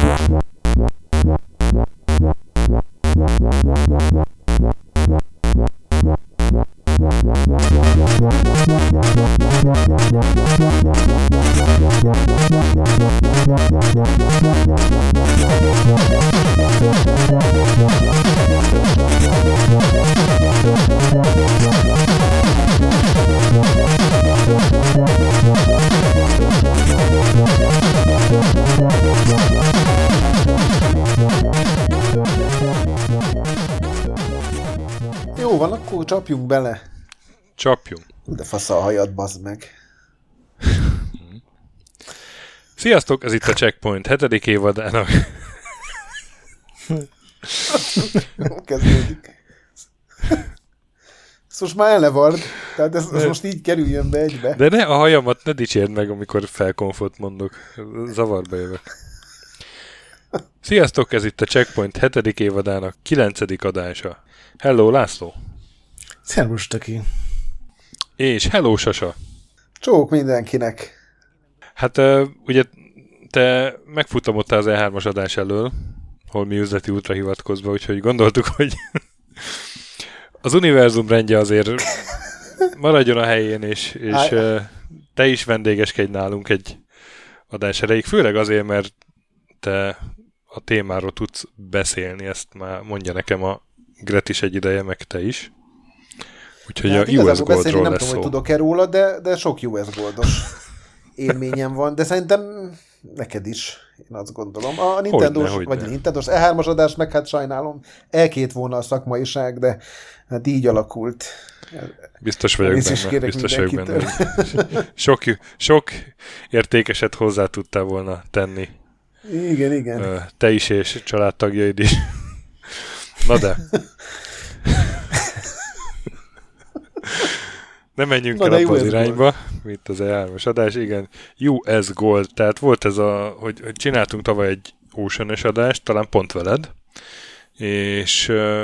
Jó van, akkor csapjunk bele. Csapjunk. De fasz a hajad, bazd meg. Sziasztok, ez itt a Checkpoint 7. évadának. Kezdődik. Ezt most már elevard, tehát ez most így kerüljön be egybe. De ne, a hajamat ne dicsérd meg, amikor felkonfot mondok. Zavarba jövök. Sziasztok, ez itt a Checkpoint 7. évadának 9. adása. Hello, László. Szervus, Töki. És hello, Sasa. Csók mindenkinek. Hát ugye te megfutamodtál az E3-as adás elől, hol mi üzleti útra hivatkozva, úgyhogy gondoltuk, hogy az univerzum rendje azért maradjon a helyén, és te is vendégeskedj nálunk egy adás erejéig, főleg azért, mert te a témáról tudsz beszélni, ezt már mondja nekem a Gret is egy ideje, meg te is. Úgyhogy a US Goldról nem lesz tudom, szó. hogy tudok-e róla, de sok US Goldos élményem van, de szerintem neked is, én azt gondolom. A Nintendo-s, vagy Nintendo-s E3-as adás, meg hát sajnálom, elkét volna a szakmaiság, de hát így alakult. Biztos vagyok benne. Sok értékeset hozzá tudtál volna tenni. Igen. Te is és családtagjaid is. Na de. Ne menjünk el abba az irányba, mint az E3-as adás. Igen, US Gold. Tehát volt ez hogy csináltunk tavaly egy Ocean-es adást, talán pont veled, és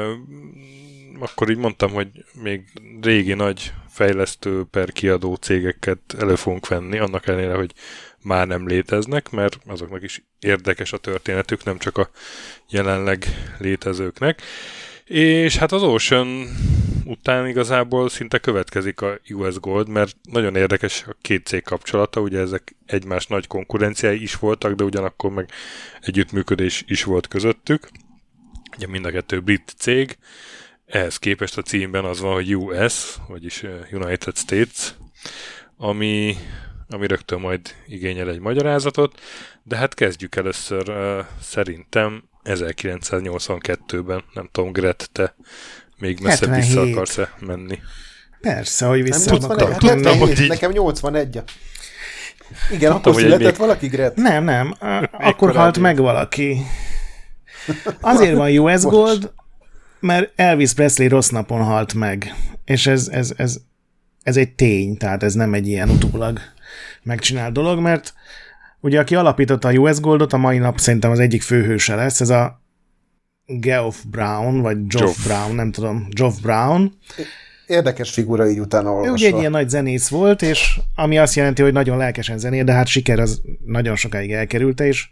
akkor így mondtam, hogy még régi nagy fejlesztő per kiadó cégeket elő fogunk venni, annak ellenére, hogy már nem léteznek, mert azoknak is érdekes a történetük, nem csak a jelenleg létezőknek. És hát az Ocean után igazából szinte következik a US Gold, mert nagyon érdekes a két cég kapcsolata, ugye ezek egymás nagy konkurenciái is voltak, de ugyanakkor meg együttműködés is volt közöttük. Ugye mind a kettő brit cég, ehhez képest a címben az van, hogy US, vagyis United States, ami rögtön majd igényel egy magyarázatot, de hát kezdjük először szerintem 1982-ben, nem tudom, Gret, te még messzebb vissza akarsz-e menni? Persze, hogy vissza akarok menni. Nekem 81. Igen, akkor született valaki, Gret? Nem. Akkor halt meg valaki. Azért van US Gold, mert Elvis Presley rossz napon halt meg. És ez egy tény, tehát ez nem egy ilyen utólag megcsinált dolog, mert ugye aki alapította a US Goldot, a mai nap szerintem az egyik főhőse lesz, ez a Geoff Brown, vagy Geoff Brown, nem tudom, Geoff Brown. Érdekes figura így utána olvasva. Ő ugye egy ilyen nagy zenész volt, és ami azt jelenti, hogy nagyon lelkesen zenél, de hát siker az nagyon sokáig elkerülte, és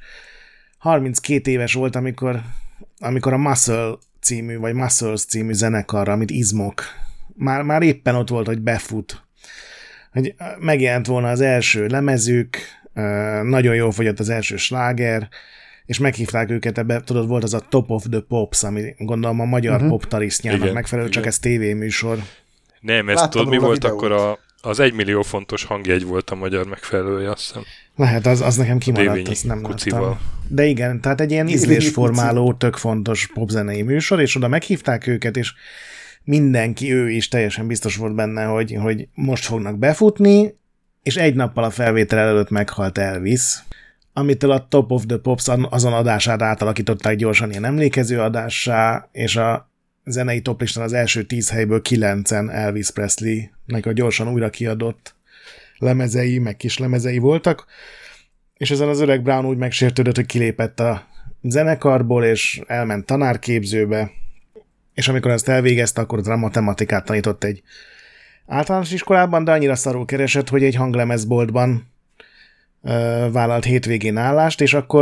32 éves volt, amikor a Muscle című, vagy Muscles című zenekarra, amit izmok, már éppen ott volt, hogy befut. Hogy megjelent volna az első lemezük, nagyon jól fogyott az első sláger, és meghívták őket ebbe, tudod, volt az a Top of the Pops, ami gondolom a magyar pop tarisznyának megfelelő, csak ez tévéműsor. Nem, ez tudod, mi volt akkor az 1 millió fontos hangjegy volt a magyar megfelelője, azt hiszem. Lehet, az nekem kimaradt, azt nem láttam. De igen, tehát egy ilyen ízlésformáló, tök fontos popzenei műsor, és oda meghívták őket, és mindenki, ő is teljesen biztos volt benne, hogy most fognak befutni, és egy nappal a felvétel előtt meghalt Elvis, amitől a Top of the Pops azon adását átalakították gyorsan ilyen emlékező adássá, és a zenei toplistán az első 10 helyből 9-en Elvis Presley-nek a gyorsan újra kiadott lemezei, meg kis lemezei voltak, és ezen az öreg Brown úgy megsértődött, hogy kilépett a zenekarból, és elment tanárképzőbe, és amikor ezt elvégezte, akkor a matematikát tanított egy általános iskolában, de annyira szarul keresett, hogy egy hanglemezboltban vállalt hétvégén állást, és akkor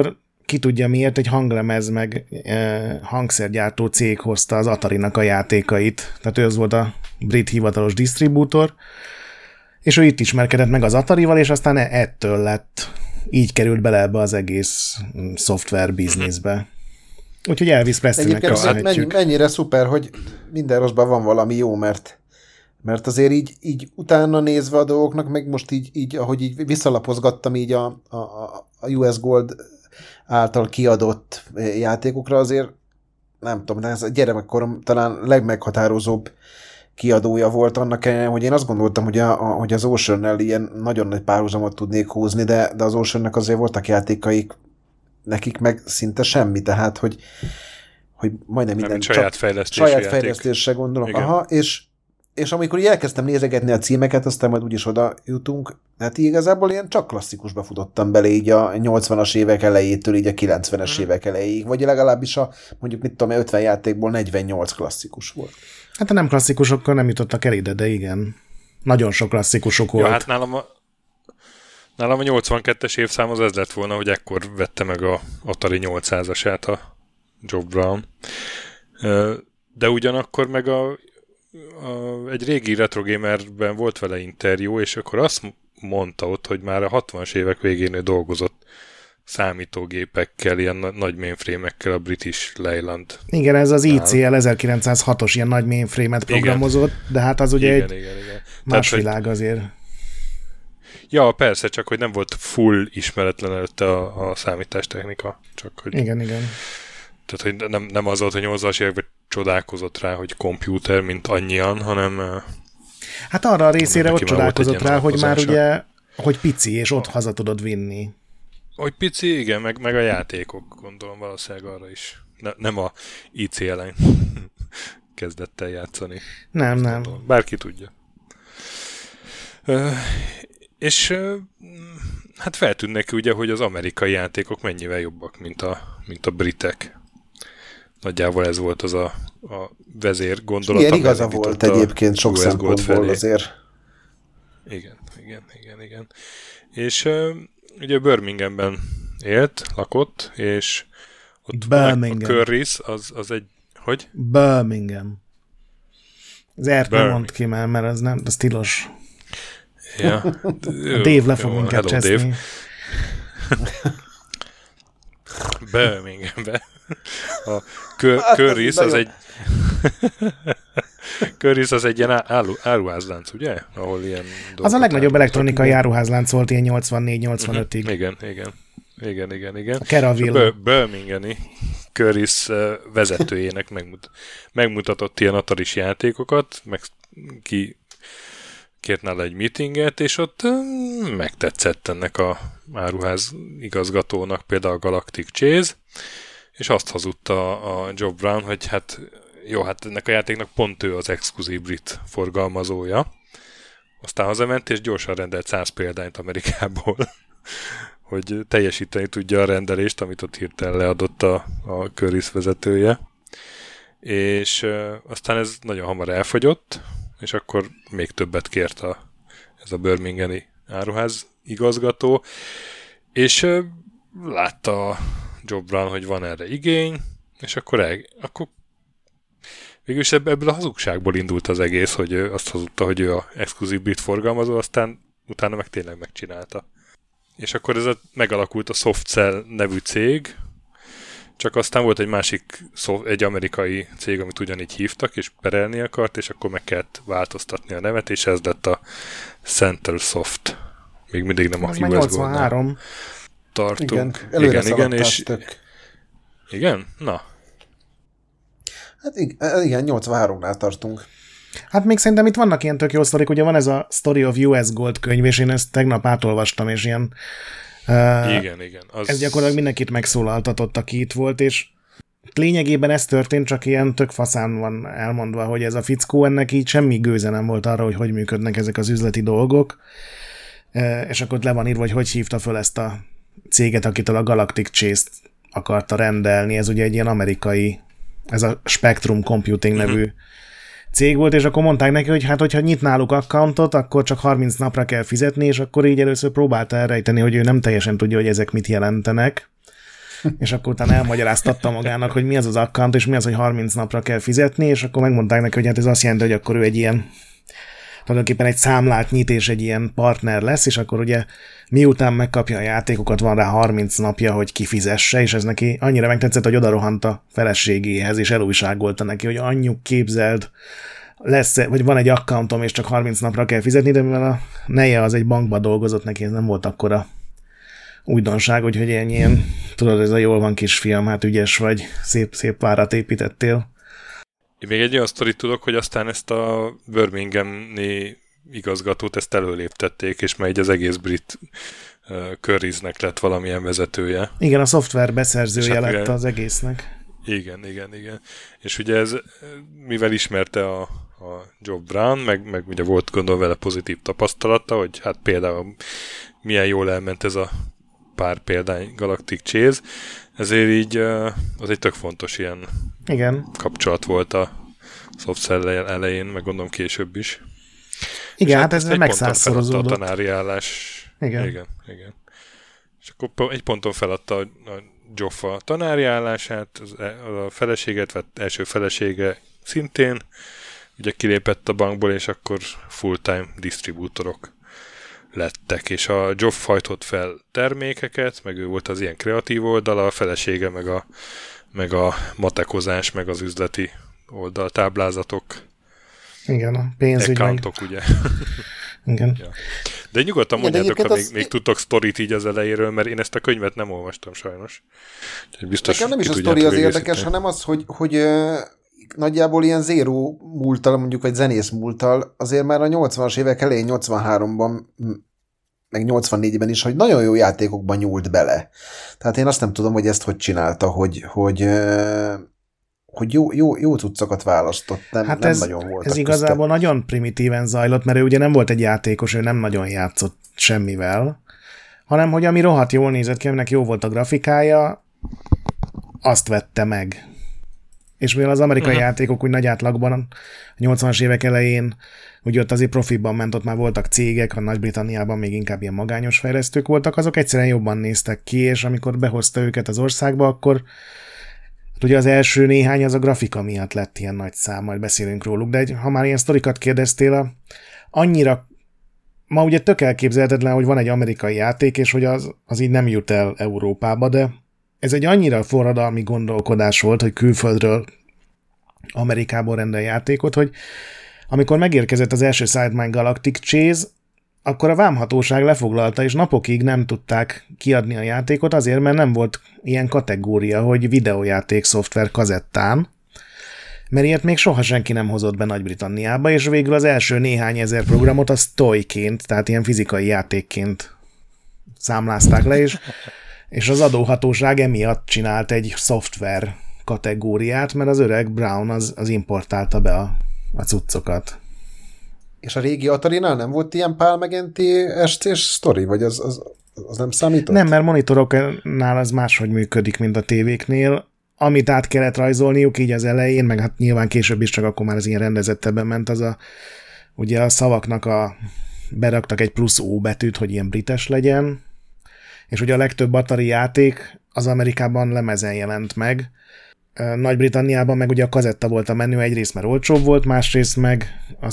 ki tudja miért, egy hanglemez meg hangszergyártó cég hozta az Atari-nak a játékait. Tehát ő az volt a brit hivatalos disztribútor, és ő itt ismerkedett meg az Atarival, és aztán ettől lett, így került bele ebbe az egész szoftver bizniszbe. Úgyhogy Elvis Presleynek köszönhetjük. Mennyire szuper, hogy minden rosszban van valami jó, mert azért így utána nézve a dolgoknak, meg most így ahogy így visszalapozgattam így a US Gold által kiadott játékokra, azért nem tudom, de ez a gyermekkorom talán legmeghatározóbb kiadója volt annak, hogy én azt gondoltam, hogy az Ocean-nel ilyen nagyon nagy párhuzamot tudnék húzni, de az Ocean-nek azért voltak játékaik, nekik meg szinte semmi, tehát hogy majdnem minden saját fejlesztésre gondolom. Igen. Aha, és amikor így elkezdtem nézegetni a címeket, aztán majd úgyis oda jutunk, hát igazából ilyen csak klasszikusba futottam bele így a 80-as évek elejétől így a 90-es évek elejéig, vagy legalábbis mondjuk mit tudom, 50 játékból 48 klasszikus volt. Hát a nem klasszikusokkal nem jutottak el ide, de igen. Nagyon sok klasszikusok volt. Ja, hát nálam a 82-es évszám az ez lett volna, hogy ekkor vette meg a Atari 800-asát a Joe Brown. De ugyanakkor meg egy régi Retro Gamerben volt vele interjú, és akkor azt mondta ott, hogy már a 60-as évek végén ő dolgozott számítógépekkel, ilyen nagy mainframe-ekkel a British Leyland. Igen, ez az ICL 1906-os ilyen nagy mainframe-et programozott, de hát az ugye igen. Más tehát, világ azért. Ja, persze, csak hogy nem volt full ismeretlen előtte a számítástechnika. Csak, hogy igen. Tehát, hogy nem az volt, hogy 80-as években csodálkozott rá, hogy komputer, mint annyian, hanem... Hát arra a részére ott csodálkozott rá, hogy már ugye, hogy pici, és ott haza tudod vinni. Hogy pici, igen, meg a játékok, gondolom valószínűleg arra is. Nem a ICL-en kezdett el játszani. Nem. Gondolom. Bárki tudja. És hát feltűnt neki ugye, hogy az amerikai játékok mennyivel jobbak, mint a britek. Nagyjából ez volt az a vezér gondolat. Igen, igaza volt egyébként sok szempontból azért. Igen. És ugye Birminghamben lakott, és ott a Curry's az egy... Hogy? Birmingham. Az ert nem mond ki már, mert az tilos. Ja. A Dave le fog minket cseszni. Birminghamben. A Curry's az egy... Curry's az egy ilyen áruházlánc, ugye? Ahol ilyen az a legnagyobb elektronikai áruházlánc volt ilyen 84-85-ig. Igen. A Caraville. Birminghami Curry's vezetőjének megmutatott ilyen Ataris játékokat, meg ki kért nála egy meetinget, és ott megtetszett ennek a áruház igazgatónak például a Galactic Chase, és azt hazudta a Joe Brown, hogy hát ennek a játéknak pont ő az exkluzív brit forgalmazója. Aztán hazament, és gyorsan rendelt 100 példányt Amerikából, hogy teljesíteni tudja a rendelést, amit ott hirtelen leadott a Curry's vezetője. És aztán ez nagyon hamar elfogyott, és akkor még többet kért ez a birminghami áruház igazgató, és látta a Joe Brown, hogy van erre igény, és akkor végülis ebből a hazugságból indult az egész, hogy azt hazudta, hogy ő a exkluzív brit forgalmazó, aztán utána meg tényleg megcsinálta. És akkor megalakult a Softcell nevű cég, csak aztán volt egy másik, egy amerikai cég, amit ugyanígy hívtak, és perelni akart, és akkor meg kellett változtatni a nevet, és ez lett a Central Soft. Még mindig nem a US Gold-nál tartunk. Igen, és... Igen? Na. Hát igen, 83-nál tartunk. Hát még szerintem itt vannak ilyen tök jó sztorik, ugye van ez a Story of US Gold könyv, és én ezt tegnap átolvastam, és ilyen igen. Ez gyakorlatilag mindenkit megszólaltatott, aki itt volt, és lényegében ez történt, csak ilyen tök faszán van elmondva, hogy ez a fickó, ennek így semmi gőze nem volt arra, hogy működnek ezek az üzleti dolgok, és akkor le van írva, hogy hívta föl ezt a céget, akitől a Galactic Chase-t akarta rendelni, ez ugye egy ilyen amerikai, ez a Spectrum Computing nevű cég volt, és akkor mondták neki, hogy hát, hogyha nyit náluk accountot, akkor csak 30 napra kell fizetni, és akkor így először próbálta elrejteni, hogy ő nem teljesen tudja, hogy ezek mit jelentenek. és akkor utána elmagyaráztatta magának, hogy mi az az account, és mi az, hogy 30 napra kell fizetni, és akkor megmondták neki, hogy hát ez azt jelenti, hogy akkor ő egy ilyen tulajdonképpen egy számlát nyit, és egy ilyen partner lesz, és akkor ugye miután megkapja a játékokat, van rá 30 napja, hogy kifizesse, és ez neki annyira megtetszett, hogy odarohant a feleségéhez, és elújságolta neki, hogy anyjuk, képzeld, lesz, vagy van egy accountom, és csak 30 napra kell fizetni, de mivel a neje az egy bankba dolgozott, neki ez nem volt akkora újdonság, hogy ilyen, tudod, ez a jól van kisfiam, hát ügyes vagy, szép várat építettél. Én még egy olyan sztorit tudok, hogy aztán ezt a Birmingham-i igazgatót ezt előléptették, és már így az egész brit Currysnek lett valamilyen vezetője. Igen, a szoftver beszerzője lett az egésznek. Igen. És ugye ez, mivel ismerte a Geoff Brown, meg ugye volt gondolom vele pozitív tapasztalata, hogy hát például milyen jól elment ez a pár példány Galactic Chase, ezért így az egy tök fontos ilyen kapcsolat volt a szoftver elején, meg gondolom később is. Igen, hát ez megszázszorozódott. A tanári állás. Igen. És akkor egy ponton feladta a Geoff a tanári állását, a feleséget, vagy első felesége szintén, ugye kilépett a bankból, és akkor full-time disztribútorok lettek, és a Geoff hajtott fel termékeket, meg ő volt az ilyen kreatív oldala, a felesége meg a matekozás, meg az üzleti oldal, táblázatok. Igen, a pénzügy accountok, ugye. Igen. Ja. De nyugodtan mondjátok, ha még tudtok sztorit így az elejéről, mert én ezt a könyvet nem olvastam sajnos. Biztos nekem nem is a sztori az érdekes, hanem az, hogy nagyjából ilyen zéró múlttal, mondjuk, vagy zenész múlttal, azért már a 80-as évek elején, 83-ban, meg 84-ben is, hogy nagyon jó játékokban nyúlt bele. Tehát én azt nem tudom, hogy ezt hogy csinálta, hogy jó cuccokat választott, nem nagyon voltak. Ez igazából nagyon primitíven zajlott, mert ő ugye nem volt egy játékos, ő nem nagyon játszott semmivel, hanem hogy ami rohadt jól nézett ki, aminek jó volt a grafikája, azt vette meg. És mivel az amerikai játékok úgy nagy átlagban a 80-as évek elején, úgy ott azért profiban ment, ott már voltak cégek, a Nagy-Britanniában még inkább ilyen magányos fejlesztők voltak, azok egyszerűen jobban néztek ki, és amikor behozta őket az országba, akkor ugye az első néhány az a grafika miatt lett ilyen nagy szám, majd beszélünk róluk, de ha már ilyen sztorikat kérdeztél, annyira, ma ugye tök elképzelhetetlen, hogy van egy amerikai játék, és hogy az így nem jut el Európába, de ez egy annyira forradalmi gondolkodás volt, hogy külföldről Amerikából rendel játékot, hogy amikor megérkezett az első Sidewinder Galactic Chase, akkor a vámhatóság lefoglalta, és napokig nem tudták kiadni a játékot azért, mert nem volt ilyen kategória, hogy videójáték szoftver kazettán, mert ilyet még soha senki nem hozott be Nagy-Britanniába, és végül az első néhány ezer programot az toyként, tehát ilyen fizikai játékként számlázták le, és az adóhatóság emiatt csinált egy szoftver kategóriát, mert az öreg Brown az importálta be a cuccokat. És a régi Atari-nál nem volt ilyen Pál megenti SC-s sztori? Vagy az nem számított? Nem, mert monitoroknál az máshogy működik, mint a tévéknél. Amit át kellett rajzolniuk így az elején, meg hát nyilván később is, csak akkor már ez ilyen rendezettebben ment, ugye a szavaknak beraktak egy plusz O betűt, hogy ilyen brites legyen, és ugye a legtöbb Atari játék az Amerikában lemezen jelent meg. Nagy-Britanniában meg ugye a kazetta volt a menü, egyrészt mert olcsóbb volt, másrészt meg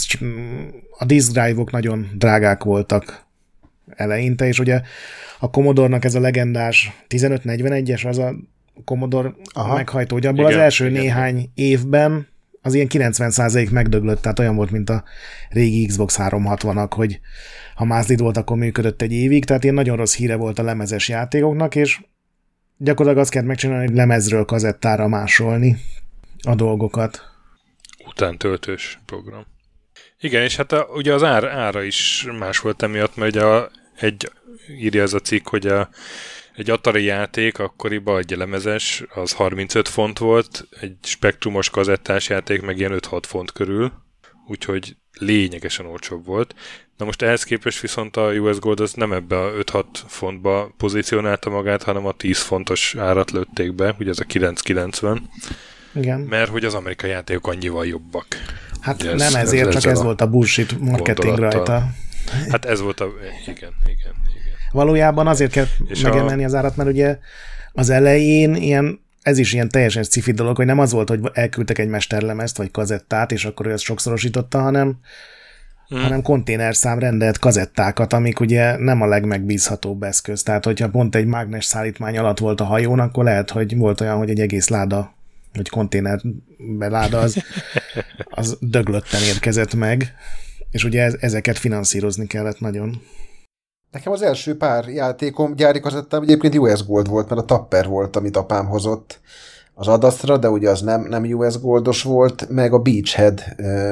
a disk drive-ok nagyon drágák voltak eleinte, és ugye a Commodore-nak ez a legendás 1541-es, az a Commodore meghajtó, hogy abból az első néhány évben az ilyen 90% megdöglött, tehát olyan volt, mint a régi Xbox 360-ak, hogy ha mázlid volt, akkor működött egy évig, tehát ilyen nagyon rossz híre volt a lemezes játékoknak, és gyakorlatilag azt kellett megcsinálni, hogy lemezről kazettára másolni a dolgokat. Utántöltős program. Igen, és hát ugye az ára is más volt emiatt, mert ugye írja ez a cikk, hogy egy Atari játék akkoriban egy lemezes, az 35 font volt, egy spektrumos kazettás játék meg ilyen 5-6 font körül, úgyhogy lényegesen olcsóbb volt. Na most ehhez képest viszont a US Gold az nem ebbe a 5-6 fontba pozícionálta magát, hanem a 10 fontos árat lőtték be, ugye ez a 9,90. Igen. Mert hogy az amerikai játékok annyival jobbak. Hát ugye nem ezért, csak ez volt a bullshit marketing rajta. Hát ez volt igen. Valójában azért kell megemelni az árat, mert ugye az elején ez is ilyen teljesen sci-fi dolog, hogy nem az volt, hogy elküldtek egy mesterlemezt, vagy kazettát, és akkor ő ezt sokszorosította, hanem konténerszám rendelt kazettákat, amik ugye nem a legmegbízhatóbb eszköz. Tehát, hogyha pont egy mágnes szállítmány alatt volt a hajón, akkor lehet, hogy volt olyan, hogy egy egész láda, vagy konténerbe láda, az döglötten érkezett meg, és ugye ezeket finanszírozni kellett nagyon. Nekem az első pár játékom gyári kazettám egyébként US Gold volt, mert a Tapper volt, amit apám hozott az Adasztra, de ugye az nem US Goldos volt, meg a Beachhead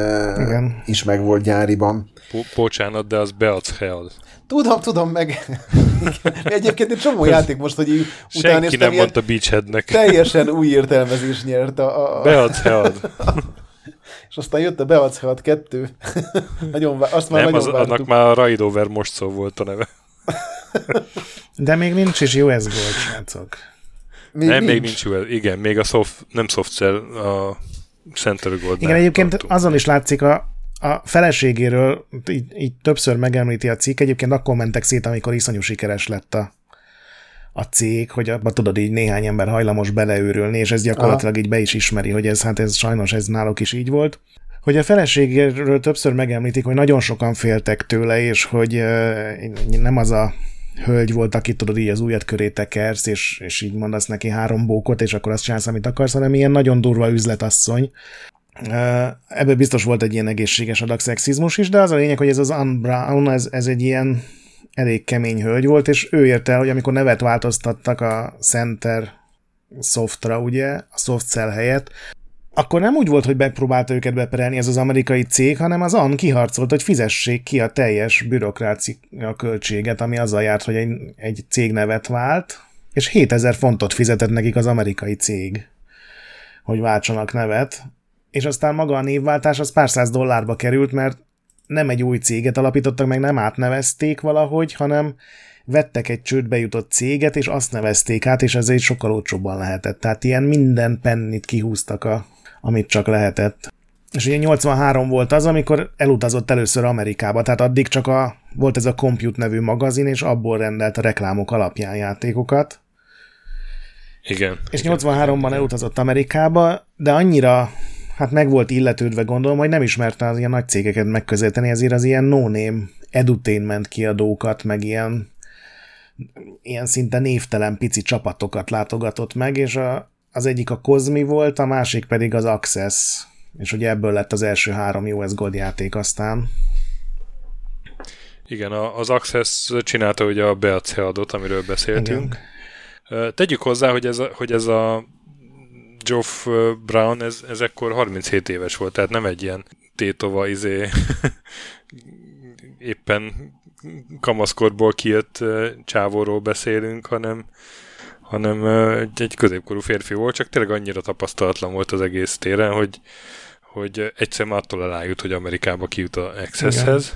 is meg volt gyáriban. Bocsánat, de az Beatshead. Tudom, meg egyébként egy csomó játék most, hogy utána senki nem mondta Beachheadnek. Teljesen új értelmezés nyert a Beatshead. És aztán jött a Beatshead 2. Azt már nem, nagyon vártuk. Annak már a Ride Over most szó volt a neve. De még nincs is US Gold, srácok. Még nincs US. Igen, még nem Softcell, a Center Gold. Igen, egyébként tartunk. Azon is látszik a feleségéről, így többször megemlíti a cikk, egyébként akkor mentek szét, amikor iszonyú sikeres lett a cég, hogy abban tudod, így néhány ember hajlamos beleőrülni, és ez gyakorlatilag így be is ismeri, hogy ez sajnos ez náluk is így volt. Hogy a feleségéről többször megemlítik, hogy nagyon sokan féltek tőle, és hogy nem az a hölgy volt, aki tudod, így az ujjad köré tekersz, és így mondasz neki 3 bókot, és akkor azt csinálsz, amit akarsz, hanem ilyen nagyon durva üzletasszony. Ebből biztos volt egy ilyen egészséges adag szexizmus is, de az a lényeg, hogy ez az Anne Brown, ez egy ilyen elég kemény hölgy volt, és ő érte el, hogy amikor nevet változtattak a Center Softra, ugye, a Softcell helyett, akkor nem úgy volt, hogy megpróbálta őket beperelni ez az amerikai cég, hanem az Anne kiharcolt, hogy fizessék ki a teljes bürokrácia költséget, ami azzal járt, hogy egy cég nevet vált, és 7000 fontot fizetett nekik az amerikai cég, hogy váltsanak nevet, és aztán maga a névváltás az pár száz dollárba került, mert nem egy új céget alapítottak, meg nem átnevezték valahogy, hanem vettek egy csődbe jutott céget, és azt nevezték át, és ezért sokkal olcsóbban lehetett. Tehát ilyen minden pennit kihúztak, amit csak lehetett. És ugye 83 volt az, amikor elutazott először Amerikába, tehát addig csak volt ez a Compute nevű magazin, és abból rendelt a reklámok alapján játékokat. Igen. És 83-ban elutazott Amerikába, de annyira meg volt illetődve, gondolom, hogy nem ismerte az ilyen nagy cégeket megközelíteni, ezért az ilyen no-name edutainment kiadókat, meg ilyen szinte névtelen pici csapatokat látogatott meg, és az egyik a Cosmi volt, a másik pedig az Access, és ugye ebből lett az első 3 US Gold játék aztán. Igen, az Access csinálta ugye a Beatsheadot, amiről beszéltünk. Igen. Tegyük hozzá, hogy ez a Geoff Brown, ez ekkor 37 éves volt, tehát nem egy ilyen tétova éppen kamaszkorból kijött csávóról beszélünk, hanem egy középkorú férfi volt, csak tényleg annyira tapasztalatlan volt az egész téren, hogy egyszer már attól elájut, hogy Amerikába kijut a Accesshez,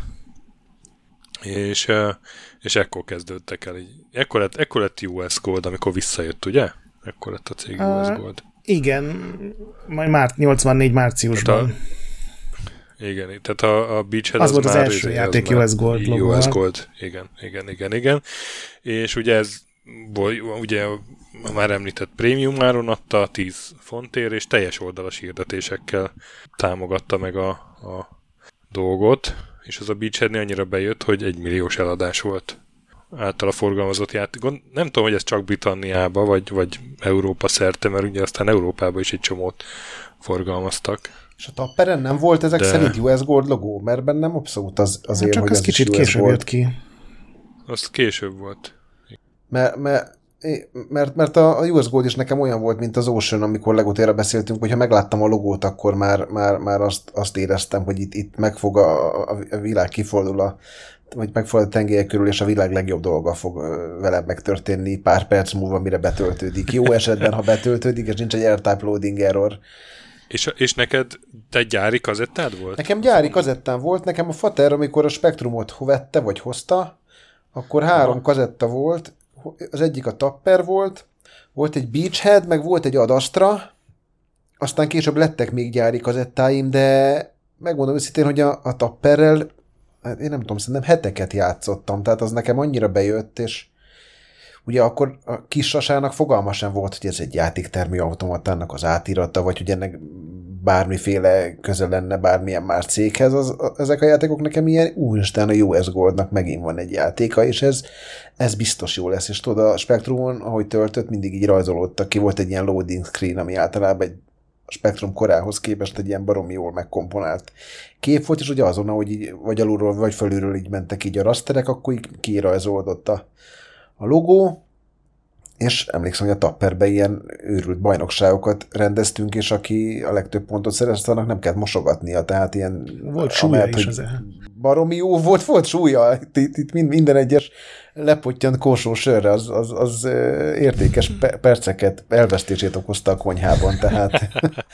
és ekkor kezdődtek el. Ekkor lett US Gold, amikor visszajött, ugye? Ekkor lett a cég US Gold. Igen, majd 84 márciusban. Igen, tehát a Beachhead az volt az első játék US Gold logóval. US Gold, igen. És ugye ez ugye a már említett prémium áron adta 10 fontért, és teljes oldalas hirdetésekkel támogatta meg a dolgot, és az a Beachheadnél annyira bejött, hogy 1 milliós eladás volt általa forgalmazott játék. Nem tudom, hogy ez csak Britanniába, vagy Európa szerte, mert ugye aztán Európában is egy csomót forgalmaztak. És a Tapperen nem volt ezek szerint US Gold logó? Mert bennem abszolút azért, csak hogy az kicsit később jött ki. Az később volt. Mert a US Gold is nekem olyan volt, mint az Ocean, amikor legutoljára beszéltünk, hogyha megláttam a logót, akkor már azt éreztem, hogy itt megfog a világ kifordul vagy megfordul a tengelyek körül, és a világ legjobb dolga fog velem megtörténni pár perc múlva, mire betöltődik. Jó esetben, ha betöltődik, és nincs egy airtype loading error. És neked te gyári kazettád volt? Nekem gyári kazettám volt, nekem a fater, amikor a Spectrumot vette, vagy hozta, akkor 3 kazetta volt, az egyik a Tapper volt egy Beachhead, meg volt egy Adastra, aztán később lettek még gyári kazettáim, de megmondom őszintén, hogy a Tapperrel, én nem tudom, szerintem heteket játszottam, tehát az nekem annyira bejött, és ugye akkor a kis Sasának fogalma sem volt, hogy ez egy játéktermi automatának az átirata, vagy hogy ennek bármiféle köze lenne bármilyen más céghez. Ezek a játékok nekem ilyen, úristen, a US Goldnak megint van egy játéka, és ez biztos jó lesz. És tudod, a Spectrumon, ahogy töltött, mindig így rajzolódtak ki, volt egy ilyen loading screen, ami általában egy Spektrum korához képest egy ilyen baromi jól megkomponált kép volt, és ugye azon, hogy így, vagy alulról, vagy felülről így mentek így a rasterek, akkor így kirajzolódott a logó, és emlékszem, hogy a Tapperbe ilyen őrült bajnokságokat rendeztünk, és aki a legtöbb pontot szerezte, annak nem kellett mosogatnia, tehát ilyen... Volt súlya is az baromi jó volt súlya, itt minden egyes lepottyant kósó sörre, az értékes perceket, elvesztését okozta a konyhában, tehát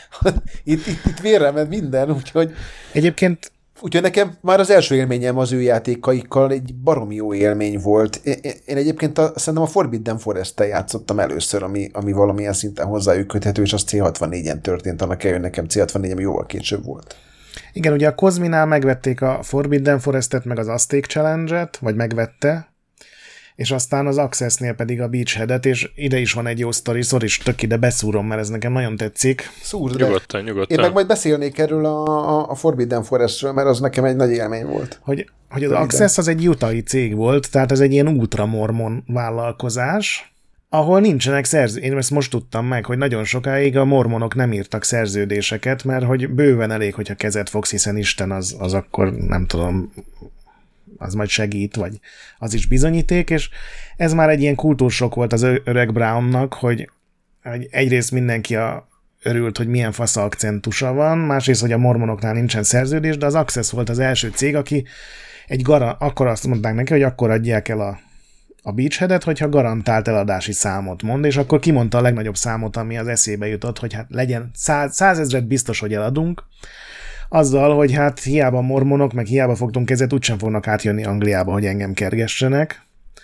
itt vérre ment minden, úgyhogy... Egyébként Úgyhogy nekem már az első élményem az ő játékaikkal egy baromi jó élmény volt. Én egyébként szerintem a Forbidden Forest-tel játszottam először, ami valamilyen szinten hozzájuk köthető, és az C64-en történt, annak eljön nekem C64, ami jóval később volt. Igen, ugye a Cosminál megvették a Forbidden Forest-et, meg az Aztec Challenge-et, vagy megvette, és aztán az Access-nél pedig a Beachhead-et, és ide is van egy jó sztori, is tök ide beszúrom, mert ez nekem nagyon tetszik. Szúrd, nyugodtan. Én meg majd beszélnék erről a Forbidden Forestről, mert az nekem egy nagy élmény volt. Hogy az Access az egy utah-i cég volt, tehát ez egy ilyen ultramormon vállalkozás, ahol nincsenek szerződések. Én ezt most tudtam meg, hogy nagyon sokáig a mormonok nem írtak szerződéseket, mert hogy bőven elég, hogyha kezet fogsz, hiszen Isten az akkor nem tudom, az majd segít, vagy az is bizonyíték, és ez már egy ilyen kultúrsok volt az öreg Brownnak, hogy egyrészt mindenki örült, hogy milyen fasz akcentusa van, másrészt, hogy a mormonoknál nincsen szerződés, de az Access volt az első cég, aki akkor azt mondták neki, hogy akkor adják el a Beachheadet, hogyha garantált eladási számot mond, és akkor kimondta a legnagyobb számot, ami az eszébe jutott, hogy hát legyen 100 000 biztos, hogy eladunk, azzal, hogy hát hiába mormonok, meg hiába fogtunk kezet, úgysem fognak átjönni Angliába, hogy engem kergessenek.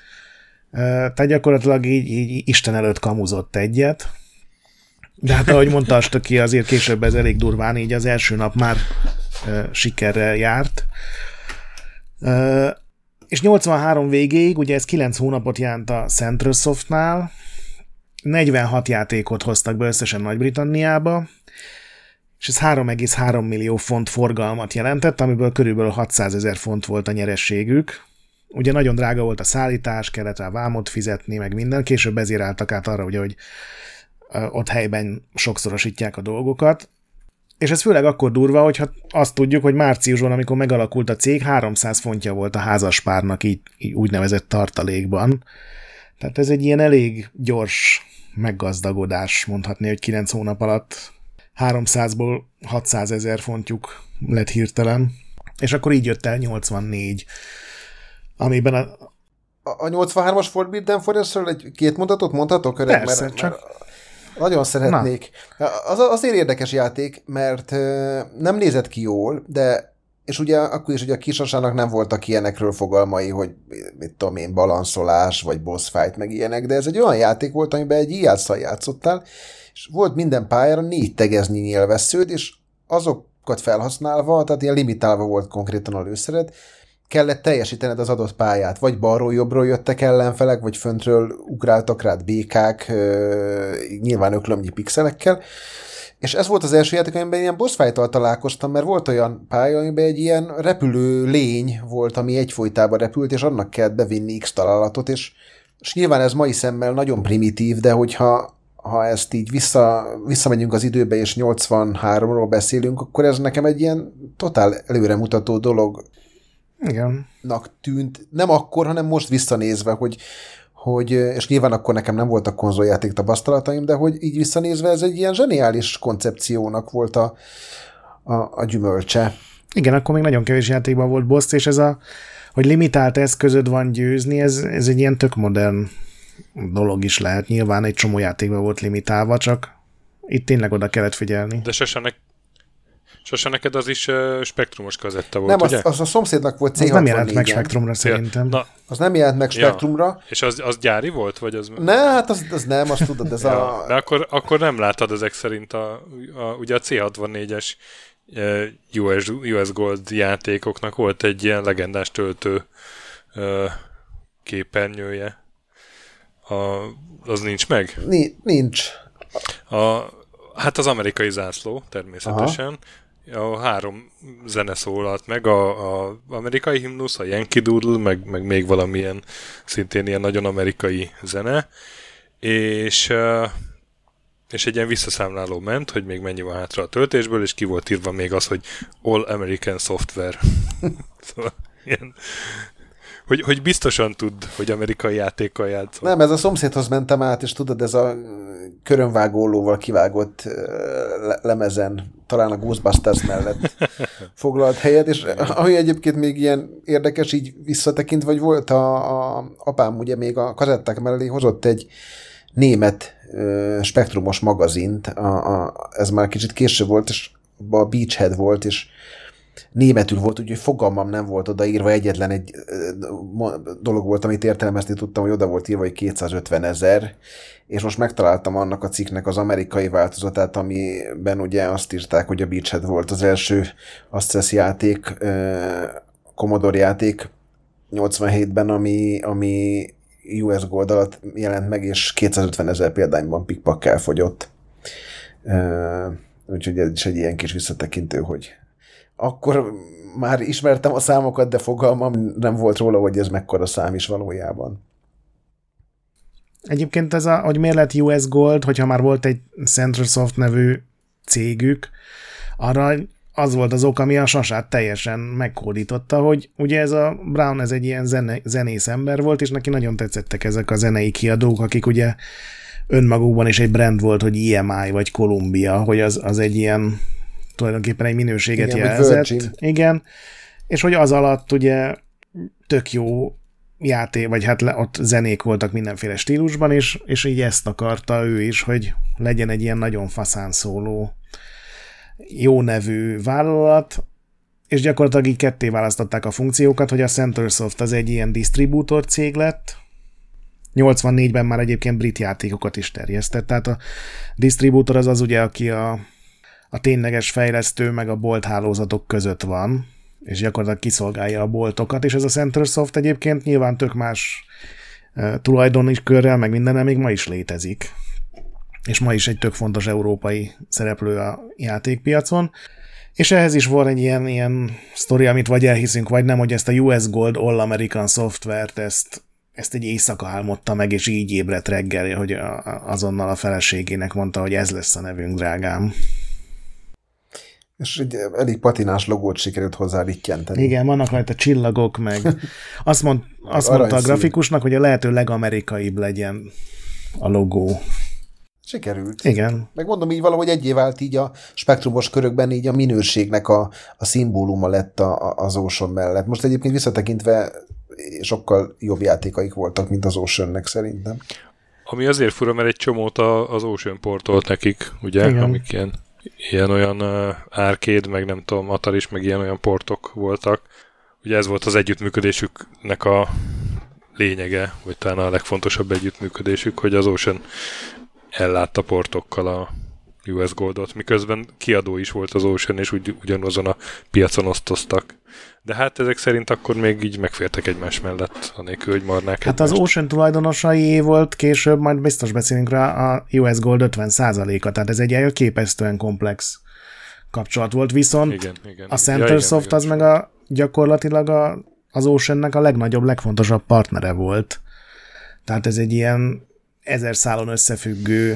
Tehát gyakorlatilag így Isten előtt kamuzott egyet. De hát ahogy mondta Stöki, azért később ez elég durván, így az első nap már sikerrel járt. És 83 végéig, ugye ez 9 hónapot jelent a Central Softnál, 46 játékot hoztak be összesen Nagy-Britanniába, és ez 3,3 millió font forgalmat jelentett, amiből körülbelül 600 000 font volt a nyerességük. Ugye nagyon drága volt a szállítás, kellett rá vámot fizetni, meg minden, később ezért álltak át arra, ugye, hogy ott helyben sokszorosítják a dolgokat. És ez főleg akkor durva, hogyha azt tudjuk, hogy márciusban, amikor megalakult a cég, 300 fontja volt a házaspárnak így úgynevezett tartalékban. Tehát ez egy ilyen elég gyors meggazdagodás, mondhatni, hogy 9 hónap alatt 300-ból 600 000 fontjuk lett hirtelen. És akkor így jött el 84, amiben a 83-as Forbidden Forestről két mondatot mondhatok? Persze, csak... Nagyon szeretnék. Azért érdekes játék, mert nem nézett ki jól, de és ugye akkor is ugye a Kisasának nem voltak ilyenekről fogalmai, hogy mit tudom én, balanszolás, vagy boss fight, meg ilyenek, de ez egy olyan játék volt, amiben egy íjásszal játszottál, és volt minden pályára 4 tegeznyi nyilvessződ, és azokat felhasználva, tehát ilyen limitálva volt konkrétan a lőszered, kellett teljesítened az adott pályát, vagy balról jobbról jöttek ellenfelek, vagy föntről ugráltak rád békák, nyilván öklömnyi pixelekkel, és ez volt az első játék, amiben ilyen boss fight-tal találkoztam, mert volt olyan pálya, amiben egy ilyen repülő lény volt, ami egyfolytában repült, és annak kellett bevinni X találatot, és nyilván ez mai szemmel nagyon primitív, de hogyha ezt így visszamegyünk az időbe, és 83-ról beszélünk, akkor ez nekem egy ilyen totál előremutató dolog. Igen. Tűnt. Nem akkor, hanem most visszanézve, hogy és nyilván akkor nekem nem voltak konzoljáték tapasztalataim, de hogy így visszanézve ez egy ilyen zseniális koncepciónak volt a gyümölcse. Igen, akkor még nagyon kevés játékban volt boss, és ez hogy limitált eszközöd van győzni, ez egy ilyen tök modern dolog is lehet. Nyilván egy csomó játékban volt limitálva, csak itt tényleg oda kellett figyelni. De sose neked az is spektrumos kazetta volt, nem, ugye? Az a szomszédnak volt C64. Az nem jelent meg spektrumra szerintem. Na. Az nem jelent meg spektrumra. Ja. És az gyári volt? Vagy az... Ne, hát az nem, azt tudod, ez ja, de akkor nem láttad ezek szerint ugye a C64-es US Gold játékoknak volt egy ilyen legendás töltő képernyője, Az nincs meg? Nincs. Hát az amerikai zászló, természetesen. A 3 zene szólalt meg, a amerikai himnusz, a Yankee Doodle, meg még valamilyen, szintén ilyen nagyon amerikai zene, és egy ilyen visszaszámláló ment, hogy még mennyi van hátra a töltésből, és ki volt írva még az, hogy All American Software. Szóval ilyen... Hogy biztosan tud, hogy amerikai játékkal játszol. Nem, ez a szomszédhoz mentem át, és tudod, ez a körönvágólóval kivágott lemezen, talán a Ghostbusters mellett foglalt helyet, és ami egyébként még ilyen érdekes, így visszatekintve, vagy volt a apám ugye még a kazetták mellé hozott egy német spektrumos magazint, ez már kicsit később volt, és a Beachhead volt, és németül volt, úgyhogy fogalmam nem volt odaírva, egyetlen egy dolog volt, amit értelmezni tudtam, hogy oda volt írva, hogy 250 000, és most megtaláltam annak a cikknek az amerikai változatát, amiben ugye azt írták, hogy a Beachhead volt az első Access játék, Commodore játék 87-ben, ami US Gold alatt jelent meg, és 250 000 példányban pikpak elfogyott. Úgyhogy ez is egy ilyen kis visszatekintő, hogy akkor már ismertem a számokat, de fogalmam nem volt róla, hogy ez mekkora szám is valójában. Egyébként ez hogy miért lett US Gold, hogyha már volt egy CentralSoft nevű cégük, arra az volt az ok, ami a sasát teljesen megkódította, hogy ugye ez a Brown, ez egy ilyen zenész ember volt, és neki nagyon tetszettek ezek a zenei kiadók, akik ugye önmagukban is egy brand volt, hogy EMI vagy Columbia, hogy az egy ilyen tulajdonképpen egy minőséget jelzett. Igen, és hogy az alatt ugye tök jó játék, vagy hát ott zenék voltak mindenféle stílusban, és így ezt akarta ő is, hogy legyen egy ilyen nagyon faszán szóló, jó nevű vállalat, és gyakorlatilag így ketté választották a funkciókat, hogy a CentralSoft az egy ilyen disztribútor cég lett, 84-ben már egyébként brit játékokat is terjesztett, tehát a disztribútor az ugye, aki a tényleges fejlesztő meg a bolt hálózatok között van, és gyakorlatilag kiszolgálja a boltokat, és ez a CentralSoft egyébként nyilván tök más tulajdoni körrel, meg mindennel még ma is létezik. És ma is egy tök fontos európai szereplő a játékpiacon. És ehhez is van egy ilyen sztori, amit vagy elhiszünk, vagy nem, hogy ezt a US Gold All American Software-t, ezt egy éjszaka álmodta meg, és így ébredt reggel, hogy azonnal a feleségének mondta, hogy ez lesz a nevünk, drágám. És egy elég patinás logót sikerült hozzá rittyenteni. Igen, vannak rajta csillagok, meg azt mondta a grafikusnak, hogy a lehető legamerikaibb legyen a logó. Sikerült. Igen. Meg mondom, így valahogy egyé vált így a spektrumos körökben, így a minőségnek a szimbóluma lett az Ocean mellett. Most egyébként visszatekintve sokkal jobb játékaik voltak, mint az Oceannek szerintem. Ami azért fura, mert egy csomót az Ocean portolt nekik, ugye, igen, amik ilyen-olyan arcade, meg nem tudom, Ataris, meg ilyen-olyan portok voltak. Ugye ez volt az együttműködésüknek a lényege, vagy talán a legfontosabb együttműködésük, hogy az Ocean ellátta portokkal a US Goldot, miközben kiadó is volt az Ocean, és ugyanazon a piacon osztoztak. De hát ezek szerint akkor még így megfértek egymás mellett, anélkül, hogy marnák hát egymást. Az Ocean tulajdonosai volt később, majd biztos beszélünk rá, a US Gold 50%-a, tehát ez egy elképesztően komplex kapcsolat volt, viszont igen. A CentralSoft az meg gyakorlatilag az Oceannek a legnagyobb, legfontosabb partnere volt. Tehát ez egy ilyen 1000 szálon összefüggő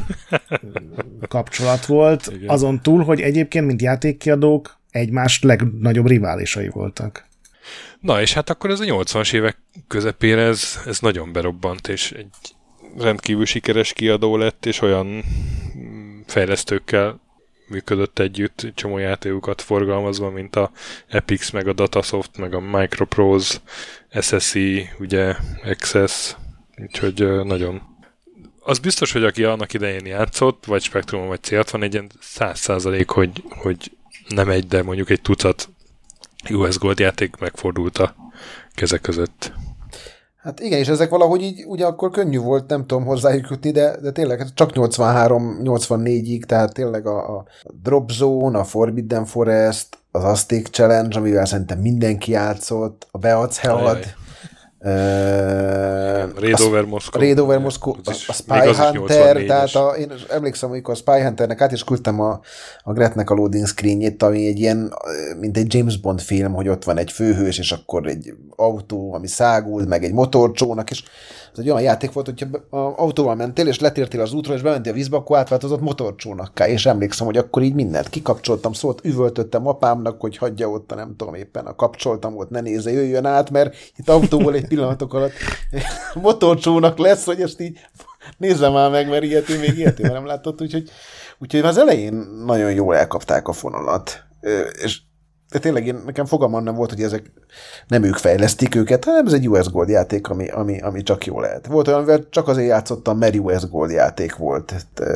kapcsolat volt, igen. Azon túl, hogy egyébként, mint játékkiadók, egymás legnagyobb riválisai voltak. Na, és hát akkor ez a 80-as évek közepére ez nagyon berobbant, és egy rendkívül sikeres kiadó lett, és olyan fejlesztőkkel működött együtt, csomó játékokat forgalmazva, mint a Epix, meg a Datasoft, meg a Microprose, SSI, ugye, Access, úgyhogy nagyon. Az biztos, hogy aki annak idején játszott, vagy Spectrumon, vagy C60, egy ilyen 100%, hogy nem egy, de mondjuk egy tucat US Gold játék megfordult a kezek között. Hát igen, és ezek valahogy így ugye akkor könnyű volt, nem tudom hozzájuk jutni, de tényleg csak 83-84-ig, tehát tényleg a Drop Zone, a Forbidden Forest, az Aztec Challenge, amivel szerintem mindenki játszott, a Beatz Head, Raid Over Moscow. Raid Over Moscow, a Spy Hunter, tehát én emlékszem, amikor a Spy Hunternek át is küldtem a Gretnek a loading screenjét, ami egy ilyen, mint egy James Bond film, hogy ott van egy főhős, és akkor egy autó, ami szágul, meg egy motorcsónak, és ez egy olyan játék volt, hogyha autóval mentél, és letértél az útra, és bementél a vízbe, akkor átváltozott motorcsónakká, és emlékszem, hogy akkor így mindent kikapcsoltam, szóval üvöltöttem apámnak, hogy hagyja ott, nem tudom éppen, a kapcsoltam ott, ne nézze, jöjjön át, mert itt autóból egy pillanatok alatt motorcsónak lesz, hogy ezt így nézzem már meg, mert ilyető még ilyető, nem látott, úgyhogy az elején nagyon jól elkapták a fonalat, és de tényleg nekem fogalmam nem volt, hogy ezek nem ők fejlesztik őket, hanem ez egy US Gold játék, ami csak jó lehet. Volt olyan, hogy csak azért játszottam, mert US Gold játék volt,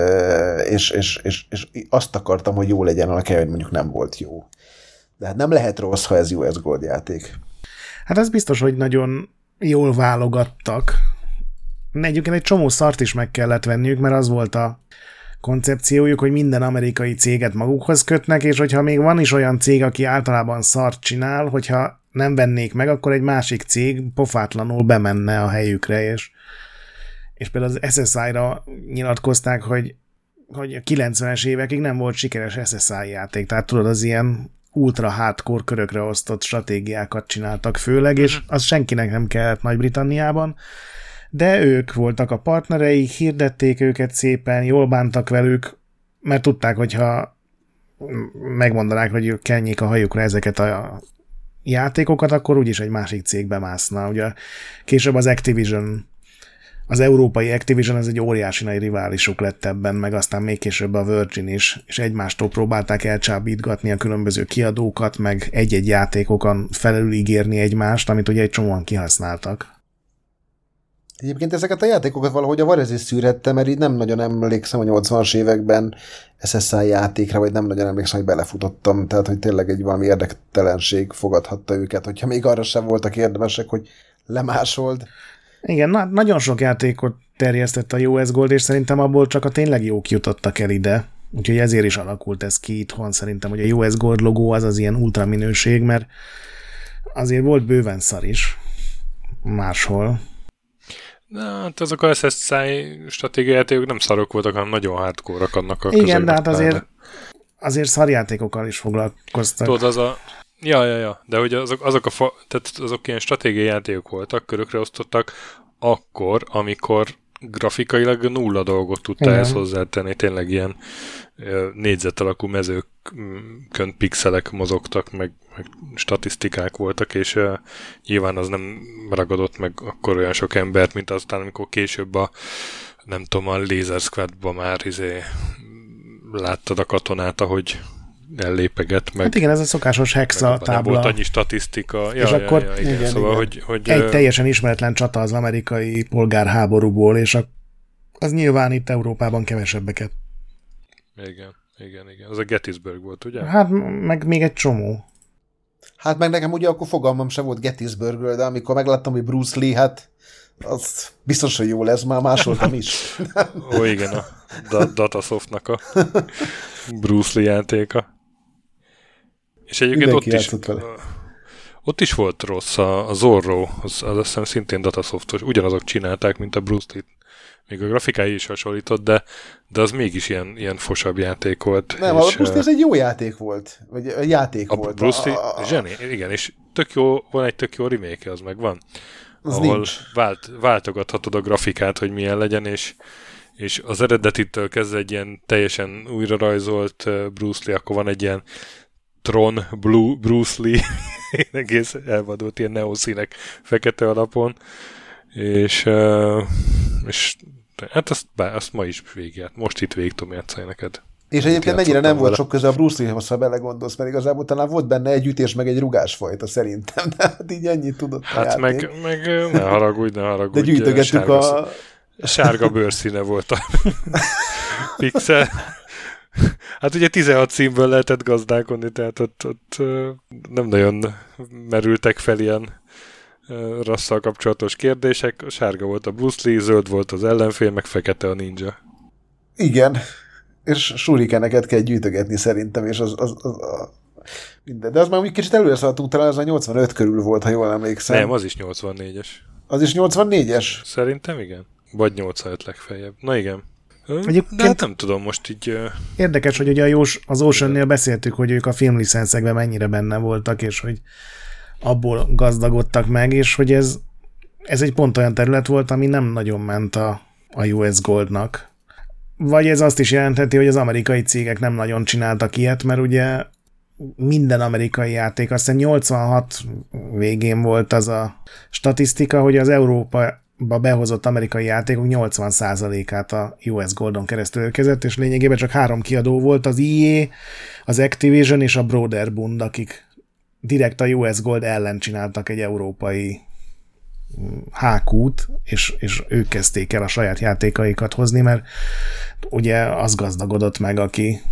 és azt akartam, hogy jó legyen, annak hogy mondjuk nem volt jó. De hát nem lehet rossz, ha ez US Gold játék. Hát ez biztos, hogy nagyon jól válogattak. Egyébként egy csomó szart is meg kellett venniük, mert az volt a koncepciójuk, hogy minden amerikai céget magukhoz kötnek, és hogyha még van is olyan cég, aki általában szart csinál, hogyha nem vennék meg, akkor egy másik cég pofátlanul bemenne a helyükre, és például az SSI-ra nyilatkozták, hogy a 90-es évekig nem volt sikeres SSI játék, tehát tudod, az ilyen ultra hardcore körökre osztott stratégiákat csináltak főleg, és az senkinek nem kellett Nagy-Britanniában, de ők voltak a partnerei, hirdették őket szépen, jól bántak velük, mert tudták, hogyha megmondanák, hogy kenjék a hajukra ezeket a játékokat, akkor úgyis egy másik cég bemászna. Ugye később az Activision, az európai Activision, ez egy óriási nagy riválisuk lett ebben, meg aztán még később a Virgin is, és egymástól próbálták elcsábítgatni a különböző kiadókat, meg egy-egy játékokon felülígérni egymást, amit ugye egy csomóan kihasználtak. Egyébként ezeket a játékokat valahogy a Varez is szűrhette, mert így nem nagyon emlékszem a 80-as években SSI játékra, vagy nem nagyon emlékszem, hogy belefutottam, tehát hogy tényleg egy valami érdektelenség fogadhatta őket, hogyha még arra sem voltak érdemesek, hogy lemásold. Igen, nagyon sok játékot terjesztett a US Gold, és szerintem abból csak a tényleg jók jutottak el ide. Úgyhogy ezért is alakult ez ki itthon szerintem, hogy a US Gold logó az ilyen ultra minőség, mert azért volt bőven szar is máshol. Na, hát azok a SSI stratégiai játékok nem szarok voltak, hanem nagyon hardcore-ak annak a igen, de hát azért szarjátékokkal is foglalkoztak. Tudod, az a... Ja, de hogy tehát azok ilyen stratégiai játékok voltak, körökre osztottak, akkor, amikor grafikailag nulla dolgot tudtál ezt hozzátenni, tényleg ilyen négyzet alakú mezőkön pixelek mozogtak, meg statisztikák voltak, és nyilván az nem ragadott meg akkor olyan sok embert, mint aztán, amikor később a Laser Squadba már láttad a katonát, ahogy ellépeget meg. Hát igen, ez a szokásos hexa tábla. Volt annyi statisztika. És akkor igen. Szóval, hogy egy teljesen ismeretlen csata az amerikai polgárháborúból, és az nyilván itt Európában kevesebbeket. Igen. Az a Gettysburg volt, ugye? Hát meg még egy csomó. Hát meg nekem ugye akkor fogalmam sem volt Gettysburgről, de amikor megláttam, hogy Bruce Lee, hát az biztos, hogy jó lesz, már másoltam is. Ó, igen, a Datasoftnak a Bruce Lee játéka. És egyébként ott is volt rossz, a Zorro, az azt hiszem szintén Datasoftos, ugyanazok csinálták, mint a Bruce Lee. Még a grafikái is hasonlított, de az mégis ilyen fosabb játék volt. Nem, és, a Bruce Lee ez egy jó játék volt. Vagy a játék volt. Bruce Lee, zseni, igen, és van egy tök jó remake, az megvan. Az ahol nincs. Váltogathatod a grafikát, hogy milyen legyen, és az eredetitől kezdve egy ilyen teljesen újra rajzolt Bruce Lee, akkor van egy ilyen Tron Bruce Lee, egész elvadult ilyen neoszínek fekete alapon, és hát azt ma is végigjárt. Most itt végig tudom játszani neked. És egyébként mennyire nem volt sok köze a Bruce Lee-hoz, ha belegondolsz, mert igazából talán volt benne egy ütés, meg egy rugásfajta szerintem, de hát így ennyit tudott a játék. meg ne haragudj. De gyűjtögettük a sárga bőrszíne volt a pixel. Hát ugye 16 színből lehetett gazdálkodni, tehát ott nem nagyon merültek fel ilyen rasszal kapcsolatos kérdések. Sárga volt a Bruce Lee, zöld volt az ellenfél, meg fekete a ninja. Igen, és shurikeneket kell gyűjtögetni szerintem, és az minden. De az már úgy kicsit előre szaladtunk, talán az a 85 körül volt, ha jól emlékszem. Nem, az is 84-es. Az is 84-es? Szerintem igen. Vagy 85 legfeljebb. Na igen. De hát nem tudom, most így... Érdekes, hogy ugye az Oceannél beszéltük, hogy ők a filmlicenszekben mennyire benne voltak, és hogy abból gazdagodtak meg, és hogy ez egy pont olyan terület volt, ami nem nagyon ment a US Goldnak. Vagy ez azt is jelentheti, hogy az amerikai cégek nem nagyon csináltak ilyet, mert ugye minden amerikai játék, azt hiszem 86 végén volt az a statisztika, hogy az Európába behozott amerikai játékok 80%-át a US Goldon keresztül érkezett, és lényegében csak 3 kiadó volt, az EA, az Activision és a Broderbund, akik direkt a US Gold ellen csináltak egy európai HQ-t, és ők kezdték el a saját játékaikat hozni, mert ugye az gazdagodott meg, aki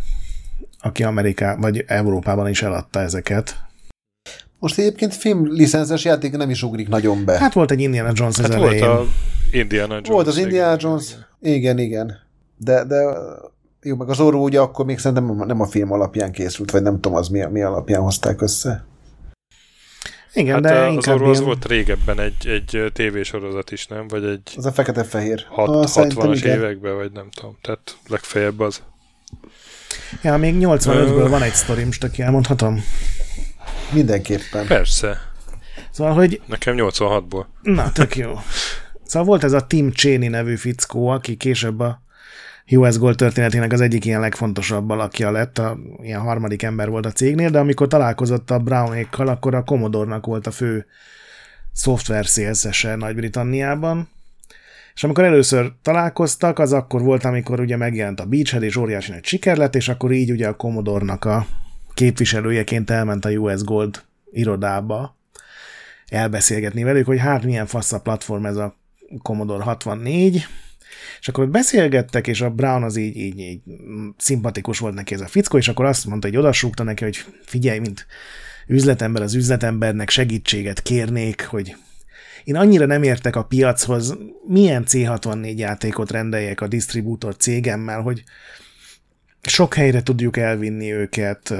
vagy Európában is eladta ezeket. Most egyébként filmlicenszes játék nem is ugrik nagyon be. Hát volt egy Indiana Jones az elején. Volt Indiana Jones. Volt az Indiana Jones. Igen. De jó, meg az Zorro ugye akkor még szerintem nem a film alapján készült, vagy nem tudom, az mi alapján hozták össze. Igen, hát de az Zorro az volt régebben egy tévésorozat is, nem? Vagy egy... Az a fekete-fehér. 60-as években, vagy nem tudom. Tehát legfeljebb az. Ja, még 85-ből van egy sztorim, most aki elmondhatom. Mindenképpen. Persze. Szóval, hogy... Nekem 86-ból. Na, tök jó. Szóval volt ez a Tim Cheney nevű fickó, aki később a US Gold történetének az egyik ilyen legfontosabb alakja lett, ilyen harmadik ember volt a cégnél, de amikor találkozott a Brownékkal, akkor a Commodore-nak volt a fő szoftver szélszese Nagy-Britanniában. És amikor először találkoztak, az akkor volt, amikor ugye megjelent a Beachhead, és óriási nagy siker lett, és akkor így ugye a Commodore-nak a képviselőjeként elment a US Gold irodába elbeszélgetni velük, hogy hát milyen fasz a platform ez a Commodore 64, és akkor beszélgettek, és a Brown az így szimpatikus volt neki ez a fickó, és akkor azt mondta, hogy odasúgta neki, hogy figyelj, mint üzletember az üzletembernek segítséget kérnék, hogy én annyira nem értek a piachoz, milyen C64 játékot rendeljek a disztribútor cégemmel, hogy sok helyre tudjuk elvinni őket,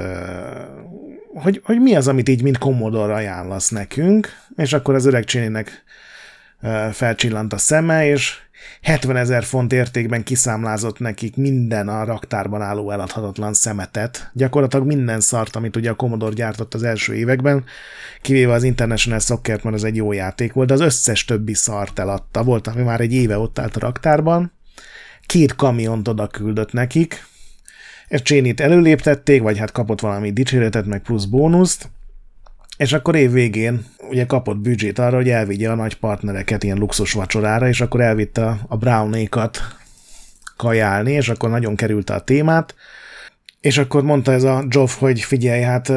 hogy mi az, amit így mint Commodore ajánlasz nekünk, és akkor az öreg Cheneynek felcsillant a szeme, és 70 000 font értékben kiszámlázott nekik minden a raktárban álló eladhatatlan szemetet. Gyakorlatilag minden szart, amit ugye a Commodore gyártott az első években, kivéve az International Soccert, mert az egy jó játék volt, de az összes többi szart eladta. Volt, ami már egy éve ott állt a raktárban. 2 kamiont oda küldött nekik, és Cheneyt előléptették, vagy hát kapott valami dicséretet, meg plusz bónuszt, és akkor év végén ugye kapott büdzsét arra, hogy elvigye a nagy partnereket ilyen luxus vacsorára, és akkor elvitte a Brownékat kajálni, és akkor nagyon került a témát, és akkor mondta ez a Geoff, hogy figyelj, hát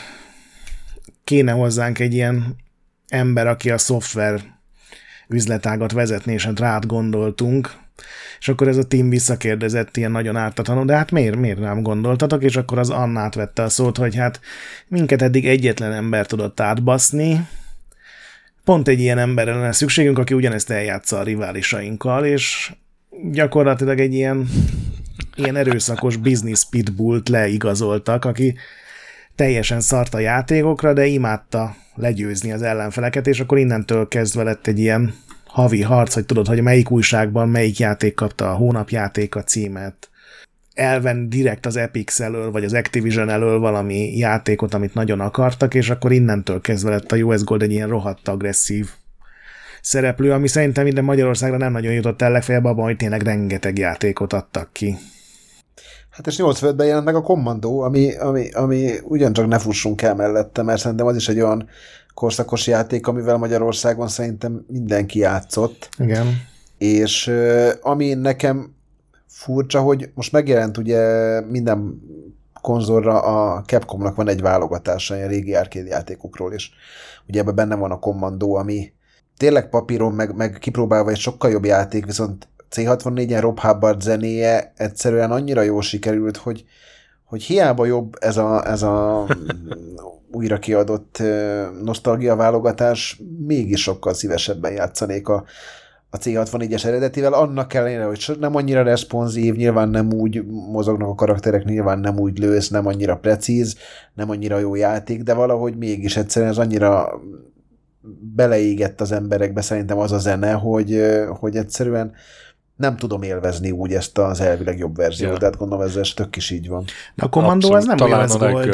kéne hozzánk egy ilyen ember, aki a szoftver üzletágat vezetné, és hát rád gondoltunk, és akkor ez a Tim visszakérdezett ilyen nagyon ártatlanul, de hát miért nem gondoltatok, és akkor az Annát vette a szót, hogy hát minket eddig egyetlen ember tudott átbaszni, pont egy ilyen emberre lenne szükségünk, aki ugyanezt eljátsza a riválisainkkal, és gyakorlatilag egy ilyen erőszakos business pitbullt leigazoltak, aki teljesen szart a játékokra, de imádta legyőzni az ellenfeleket, és akkor innentől kezdve lett egy ilyen havi harc, hogy tudod, hogy melyik újságban melyik játék kapta a hónapjátéka címet. Elvenni direkt az Epic elől, vagy az Activision elől valami játékot, amit nagyon akartak, és akkor innentől kezdve lett a US Gold egy ilyen rohadt agresszív szereplő, ami szerintem minden Magyarországra nem nagyon jutott el, legfeljebb abban, hogy tényleg rengeteg játékot adtak ki. Hát és 85-ben jelent meg a Commando, ami ugyancsak ne fussunk el mellette, mert szerintem az is egy olyan korszakos játék, amivel Magyarországon szerintem mindenki játszott. Igen. És ami nekem furcsa, hogy most megjelent ugye minden konzolra a Capcomnak van egy válogatása ilyen régi arcade játékokról, és ugye ebben benne van a Commando, ami tényleg papíron meg kipróbálva egy sokkal jobb játék, viszont C64-en Rob Hubbard zenéje egyszerűen annyira jól sikerült, hogy hiába jobb ez a újra kiadott nosztalgia válogatás, mégis sokkal szívesebben játszanék a C64-es eredetivel, annak ellenére, hogy nem annyira responsív, nyilván nem úgy mozognak a karakterek, nyilván nem úgy lősz, nem annyira precíz, nem annyira jó játék, de valahogy mégis egyszerűen ez annyira beleégett az emberekbe szerintem az a zene, hogy egyszerűen nem tudom élvezni úgy ezt az elvileg jobb verziót, de hát gondolom ezzel tök is így van. De a Commando az nem US Gold.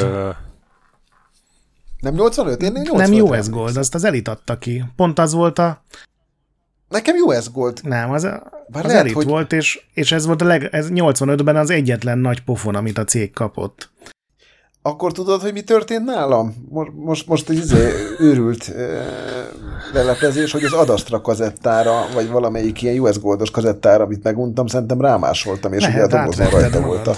Nem 85? Én 85 nem US Gold, azt az Elite adta ki. Pont az volt a... Nekem US Gold. Nem, az Elite volt, és ez volt ez 85-ben az egyetlen nagy pofon, amit a cég kapott. Akkor tudod, hogy mi történt nálam? Most egy őrült leleplezés, hogy az Adastra kazettára, vagy valamelyik ilyen US Goldos kazettára, amit meguntam, szerintem rámásoltam, és ugye a dobozon rajta volt.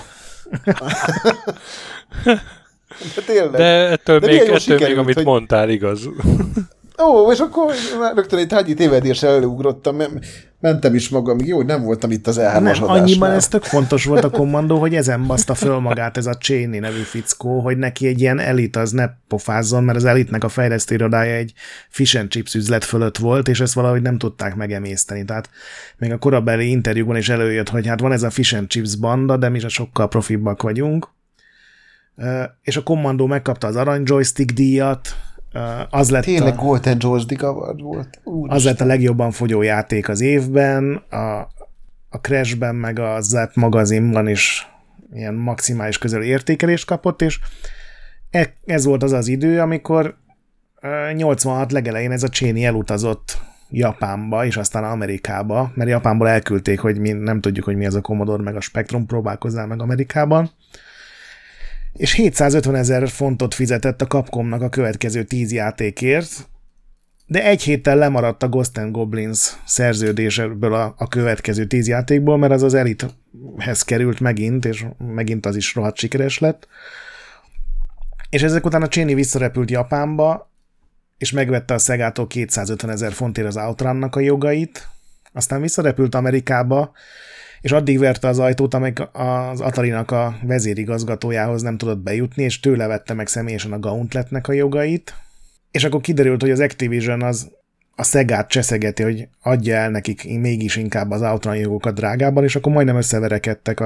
De tényleg. De ettől még amit mondtál, igaz. Ó, és akkor már rögtön egy tárgyi tévedésre előugrottam, mentem is magam, jó, hogy nem voltam itt az E3-as adásnál. Annyiban ez tök fontos volt a Commando, hogy ezen baszta föl magát ez a Cheney nevű fickó, hogy neki egy ilyen Elite az ne pofázzon, mert az Elite-nek a fejlesztő irodája egy fish and chips üzlet fölött volt, és ezt valahogy nem tudták megemészteni. Tehát még a korabeli interjúkban is előjött, hogy hát van ez a fish and chips banda, de mi sokkal profibbak vagyunk. És a Commando megkapta az arany joystick díjat, az lett tényleg Golden Joystick Award volt. Az lett a legjobban fogyó játék az évben, a Crashben meg a Zap magazinban is ilyen maximális közeli értékelést kapott, és ez volt az az idő, amikor 86 legelején ez a Cheney elutazott Japánba, és aztán Amerikába, mert Japánból elküldték, hogy mi nem tudjuk, hogy mi az a Commodore, meg a Spectrum, próbálkozzál meg Amerikában. És 750 000 fontot fizetett a Capcomnak a következő 10 játékért, de egy héttel lemaradt a Ghost and Goblins szerződésből a következő 10 játékból, mert az Elite-hez került megint, és megint az is rohadt sikeres lett. És ezek után a Cheney visszarepült Japánba, és megvette a Segától 250 000 fontért az Outrunnak a jogait, aztán visszarepült Amerikába, és addig verte az ajtót, amelyik az Atari-nak a vezérigazgatójához nem tudott bejutni, és tőle vette meg személyesen a Gauntletnek a jogait, és akkor kiderült, hogy az Activision az a Segát cseszegeti, hogy adja el nekik mégis inkább az Outrun jogokat drágában, és akkor majdnem összeverekedtek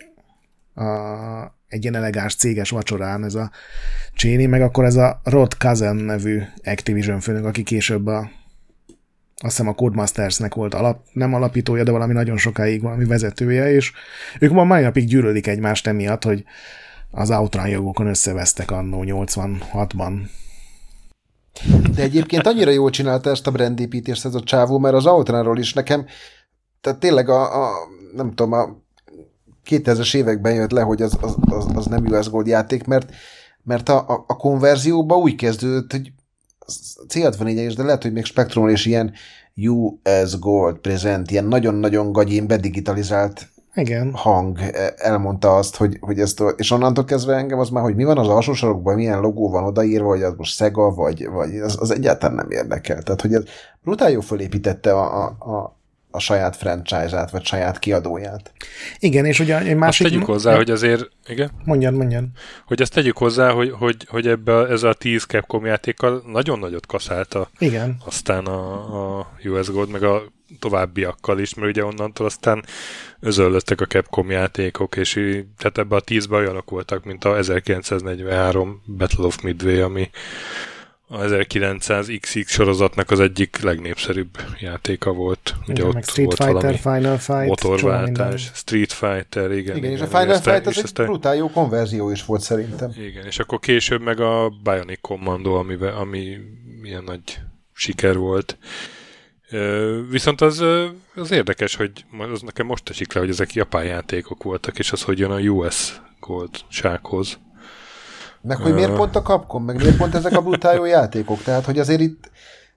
egy ilyen elegáns céges vacsorán ez a Cheney, meg akkor ez a Rod Cousin nevű Activision főnök, aki később azt hiszem a Codemastersnek volt nem alapítója, de valami nagyon sokáig valami vezetője, és ők ma mai napig gyűlölik egymást emiatt, hogy az Outrun jogokon összevesztek annó 86-ban. De egyébként annyira jól csinálta ezt a brandépítést ez a csávó, mert az Outrunról is nekem, tehát tényleg nem tudom, a 2000-es években jött le, hogy az nem US Gold játék, mert a konverzióba úgy kezdődött, hogy C64-en is, de lehet, hogy még Spectrumon is ilyen US Gold present, ilyen nagyon-nagyon gagyén bedigitalizált hang elmondta azt, hogy ezt, és onnantól kezdve engem az már, hogy mi van az alsó sarokban, milyen logó van odaírva, hogy az most Sega, vagy az egyáltalán nem érdekel. Tehát, hogy ez brutál jó fölépítette a saját franchise-át, vagy saját kiadóját. Igen, és ugye egy másik... Azt tegyük hozzá, hogy azért... Igen? Mondjad. Hogy azt tegyük hozzá, hogy ez a 10 Capcom játékkal nagyon nagyot kaszálta. Igen. Aztán a US Gold, meg a továbbiakkal is, mert ugye onnantól aztán özöllöttek a Capcom játékok, és tehát ebben a 10-ben olyanok voltak, mint a 1943 Battle of Midway, ami a 1900XX sorozatnak az egyik legnépszerűbb játéka volt. Ugye igen, ott Street volt Fighter, Final Fight, motorváltás, Street Fighter, igen. Igen, és a Final Fight az egy brutál jó konverzió is volt szerintem. Igen, és akkor később meg a Bionic Commando, ami ilyen nagy siker volt. Viszont az érdekes, hogy az nekem most esik le, hogy ezek japán játékok voltak, és az hogy jön a US Gold-sághoz. Meg hogy miért pont a Capcom, meg miért pont ezek a brutál jó játékok. Tehát, hogy azért itt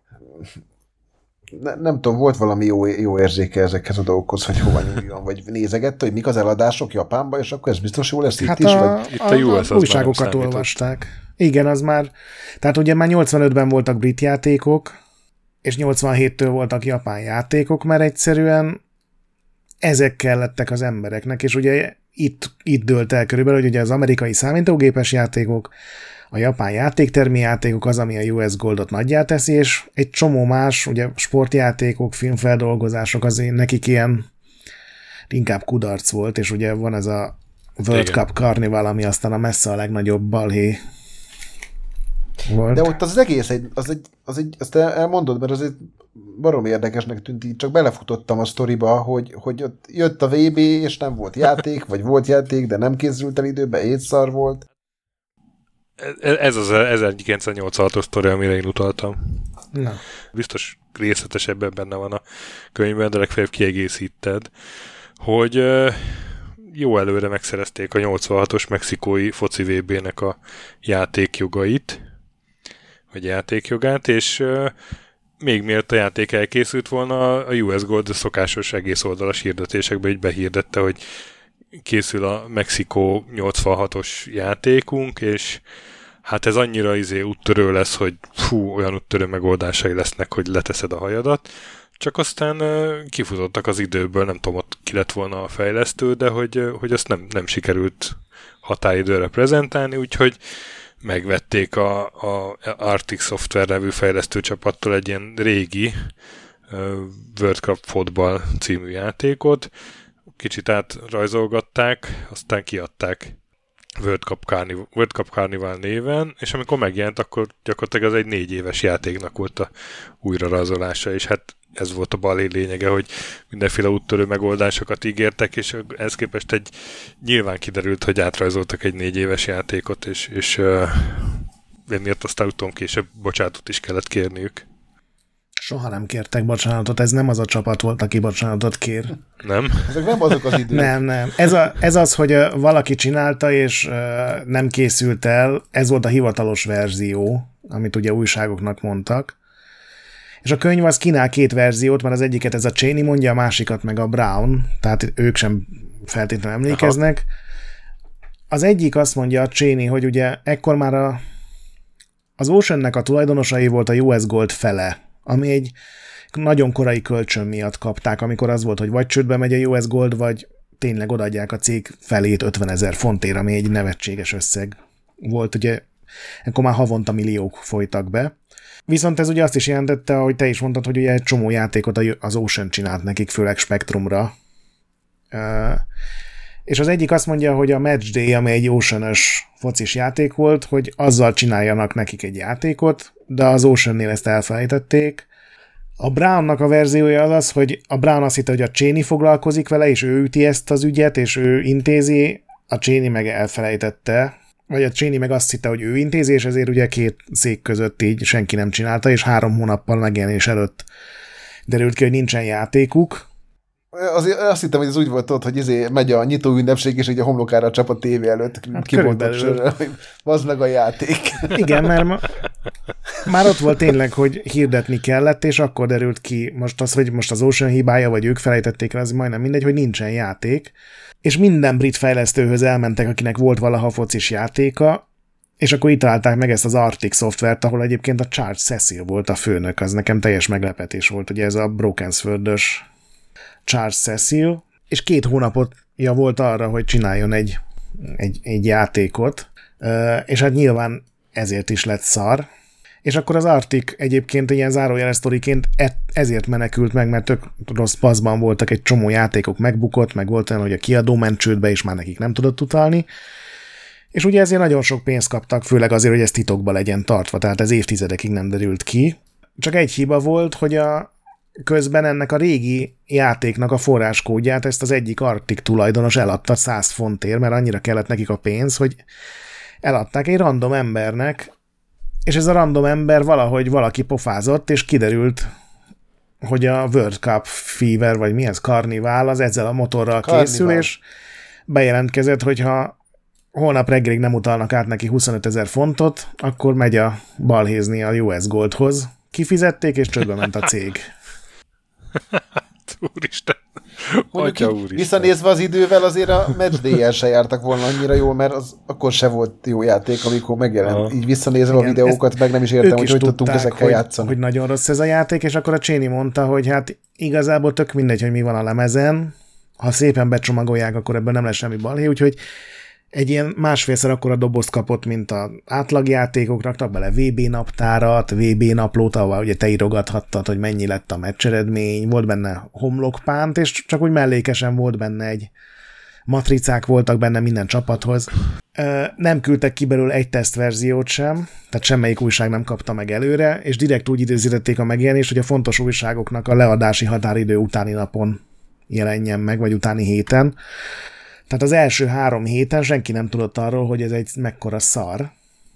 nem tudom, volt valami jó érzéke ezekhez a dolgokhoz, hogy hova nyúljon, vagy nézegette, hogy mik az eladások Japánban, és akkor ez biztos jó lesz itt is? Vagy? Itt a US az újságokat olvasták. Igen, az már, tehát ugye már 85-ben voltak brit játékok, és 87-től voltak japán játékok, mert egyszerűen ezek kellettek az embereknek, és ugye itt dőlt el körülbelül, hogy ugye az amerikai számítógépes játékok, a japán játéktermi játékok az, ami a US Goldot nagyjá teszi, és egy csomó más, ugye sportjátékok, filmfeldolgozások azért nekik ilyen inkább kudarc volt, és ugye van ez a World Cup Carnival, ami aztán a messze a legnagyobb balhé volt. De ott az egész, azt elmondod, mert azért barom érdekesnek tűnt, így csak belefutottam a sztoriba, hogy ott jött a VB, és nem volt játék, vagy volt játék, de nem készült el időben, étszar volt. Ez az 1986-os sztori, amire én utaltam. Na. Biztos részletesebben benne van a könyvben, de legfeljebb kiegészíted, hogy jó előre megszerezték a 86-os mexikói foci VB-nek a játékjogait, vagy játékjogát, és még mielőtt a játék elkészült volna, a US Gold szokásos egész oldalas hirdetésekben így behirdette, hogy készül a Mexikó 86-os játékunk, és hát ez annyira úttörő lesz, hogy olyan úttörő megoldásai lesznek, hogy leteszed a hajadat. Csak aztán kifutottak az időből, nem tudom, ott ki lett volna a fejlesztő, de hogy azt nem sikerült határidőre prezentálni, úgyhogy megvették a Arctic Software nevű fejlesztő csapattól egy ilyen régi World Cup Football című játékot, kicsit átrajzolgatták, aztán kiadták World Cup Carnival néven, és amikor megjelent, akkor gyakorlatilag az egy 4 éves játéknak volt a újrarajzolása, és hát ez volt a balhé lényege, hogy mindenféle úttörő megoldásokat ígértek, és ehhez képest nyilván kiderült, hogy átrajzoltak egy 4 éves játékot, és emiatt aztán utóbb később bocsánatot is kellett kérniük. Soha nem kértek bocsánatot, ez nem az a csapat volt, aki bocsánatot kér. Nem? Ezek nem azok az idők. Nem. Ez az, hogy valaki csinálta, és nem készült el, ez volt a hivatalos verzió, amit ugye újságoknak mondtak. És a könyv az kínál 2 verziót, mert az egyiket ez a Cheney mondja, a másikat meg a Brown, tehát ők sem feltétlenül emlékeznek. Az egyik azt mondja a Cheney, hogy ugye ekkor már az Oceannek a tulajdonosai volt a US Gold fele, ami egy nagyon korai kölcsön miatt kapták, amikor az volt, hogy vagy csődbe megy a US Gold, vagy tényleg odaadják a cég felét 50 000 fontért, ami egy nevetséges összeg volt, ugye ekkor már havonta milliók folytak be. Viszont ez ugye azt is jelentette, ahogy te is mondtad, hogy ugye egy csomó játékot az Ocean csinált nekik, főleg Spectrumra. És az egyik azt mondja, hogy a Matchday, ami egy Ocean-ös focis játék volt, hogy azzal csináljanak nekik egy játékot, de az Ocean-nél ezt elfelejtették. A Brownnak a verziója az, hogy a Brown azt hitte, hogy a Cheney foglalkozik vele, és ő üti ezt az ügyet, és ő intézi, a Cheney meg elfelejtette, vagy a Cheney meg azt hitte, hogy ő intézi, és ezért ugye 2 szék között így senki nem csinálta, és 3 hónappal megjelenés előtt derült ki, hogy nincsen játékuk. Azért azt hittem, hogy ez úgy volt ott, hogy megy a nyitó ünnepség, és így a homlokára csap a tévé előtt kibontott sörrel, hogy az meg a játék. Igen, mert már ott volt tényleg, hogy hirdetni kellett, és akkor derült ki most az, hogy most az Ocean hibája, vagy ők felejtették rá, az majdnem mindegy, hogy nincsen játék. És minden brit fejlesztőhöz elmentek, akinek volt valaha focis játéka, és akkor itt találták meg ezt az Arctic Software-t, ahol egyébként a Charles Cecil volt a főnök, az nekem teljes meglepetés volt, ugye ez a Brokensford-ös Charles Cecil, és 2 hónapja volt arra, hogy csináljon egy játékot, és hát nyilván ezért is lett szar. És akkor az Arctic egyébként ilyen zárójeles sztoriként ezért menekült meg, mert tök rossz paszban voltak, egy csomó játékok megbukott, meg volt olyan, hogy a kiadó ment csődbe, és már nekik nem tudott utalni. És ugye ezért nagyon sok pénzt kaptak, főleg azért, hogy ez titokba legyen tartva, tehát ez évtizedekig nem derült ki. Csak egy hiba volt, hogy közben ennek a régi játéknak a forráskódját ezt az egyik Arctic tulajdonos eladta 100 fontért, mert annyira kellett nekik a pénz, hogy eladták egy random embernek, és ez a random ember valaki pofázott, és kiderült, hogy a World Cup Fever, vagy mi ez, Carnival, az ezzel a motorral készül, és bejelentkezett, hogyha holnap reggelig nem utalnak át neki 25 000 fontot, akkor megy a balhézni a US Goldhoz. Kifizették, és csődbe ment a cég. Úristen. Visszanézve az idővel azért a Matchday-el se jártak volna annyira jól, mert az akkor se volt jó játék, amikor megjelent. Így visszanézve igen, a videókat, meg nem is értem, hogy tudtunk ezekkel játszani. Hogy nagyon rossz ez a játék, és akkor a Cheney mondta, hogy hát igazából tök mindegy, hogy mi van a lemezen, ha szépen becsomagolják, akkor ebben nem lesz semmi balhé, úgyhogy egy ilyen 1,5-szer akkora dobozt kapott, mint az átlagjátékok, raktak bele VB naptárat, VB naplót, ahol ugye te írogathattad, hogy mennyi lett a meccseredmény, volt benne homlokpánt, és csak úgy mellékesen volt benne matricák voltak benne minden csapathoz. Nem küldtek ki belőle egy tesztverziót sem, tehát semmelyik újság nem kapta meg előre, és direkt úgy időzítették a megjelenést, hogy a fontos újságoknak a leadási határidő utáni napon jelenjen meg, vagy utáni héten. Tehát az első 3 héten senki nem tudott arról, hogy ez egy mekkora szar.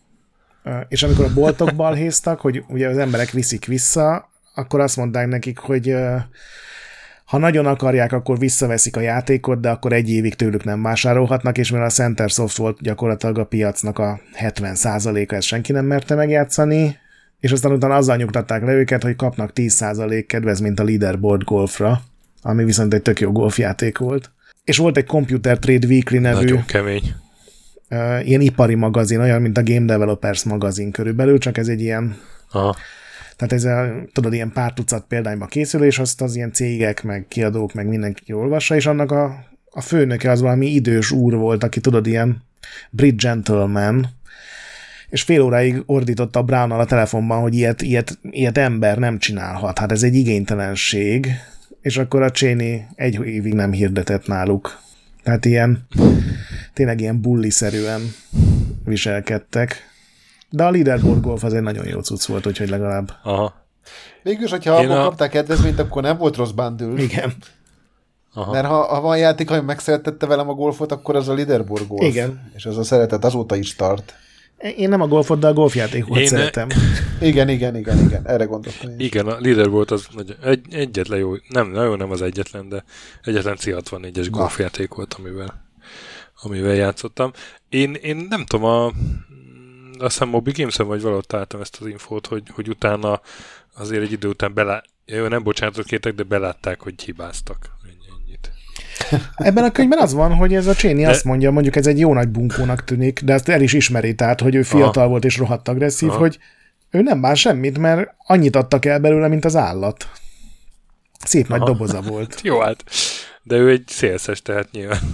És amikor a boltok balhéztak, hogy ugye az emberek viszik vissza, akkor azt mondták nekik, hogy ha nagyon akarják, akkor visszaveszik a játékot, de akkor 1 évig tőlük nem vásárolhatnak, és mivel a Centersoft volt gyakorlatilag a piacnak a 70%-a, ezt senki nem merte megjátszani, és aztán utána azzal nyugtatták le őket, hogy kapnak 10% kedvezményt a Leaderboard Golfra, ami viszont egy tök jó golfjáték volt. És volt egy Computer Trade Weekly nevű nagyon kemény. Ilyen ipari magazin, olyan, mint a Game Developers magazin körülbelül, csak ez egy ilyen... Aha. Tehát ez tudod, ilyen pár tucat példányba készül, és azt az ilyen cégek, meg kiadók, meg mindenki olvassa, és annak a főnöke az valami idős úr volt, aki tudod, ilyen brit gentleman, és fél óráig ordította a Brownnal a telefonban, hogy ilyet ember nem csinálhat. Hát ez egy igénytelenség, és akkor a Cheney 1 évig nem hirdetett náluk. Tehát tényleg ilyen bulliszerűen viselkedtek. De a Leaderboard Golf az egy nagyon jó cucc volt, úgyhogy legalább. Aha. Végülis, hogyha abból kapták kedvezményt, akkor nem volt rossz bundle. Igen. Aha. Mert ha van játék, ami megszeretette velem a golfot, akkor az a Leaderboard Golf. Igen. És az a szeretet azóta is tart. Én nem a golfot, de a golfjátékot szeretem. Igen, erre gondoltam. Igen, a Leaderboard az egyetlen jó, nem az egyetlen, de egyetlen C64-es golfjáték volt, amivel játszottam. Én nem tudom, azt hiszem Moby Games-en vagy valahogy találtam ezt az infót, hogy utána azért egy idő után nem bocsánatot kértek, de belátták, hogy hibáztak. Ennyit. Ebben a könyvben az van, hogy ez a Cheney azt mondja, mondjuk ez egy jó nagy bunkónak tűnik, de ezt el is ismeri, tehát, hogy ő fiatal volt és rohadt agresszív, hogy ő nem bán semmit, mert annyit adtak el belőle, mint az állat. Szép nagy doboza volt. Jó, hát. De ő egy szélszes, tehát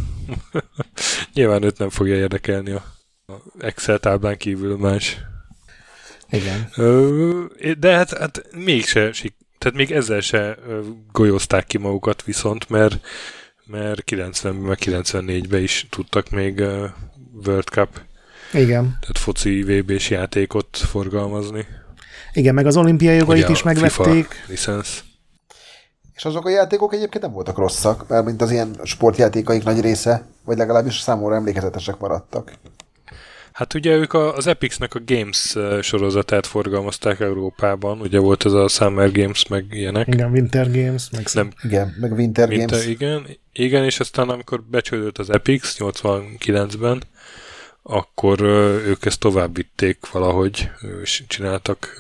nyilván őt nem fogja érdekelni a Excel táblán kívül más. Igen. De hát mégse, tehát még ezzel se golyózták ki magukat viszont, mert 90-ben, meg 94-ben is tudtak még World Cup, igen, tehát foci VB-s játékot forgalmazni. Igen, meg az olimpiai jogait is megvették. Licensz. És azok a játékok egyébként nem voltak rosszak, mert mint az ilyen sportjátékaik nagy része, vagy legalábbis számomra emlékezetesek maradtak. Hát ugye ők az Epic-nek a Games sorozatát forgalmazták Európában, ugye volt ez a Summer Games, meg ilyenek. Igen, Winter Games, meg igen, meg Winter Games. Igen, és aztán amikor becsődött az Epic 89-ben, akkor ők ezt tovább vitték valahogy, és csináltak.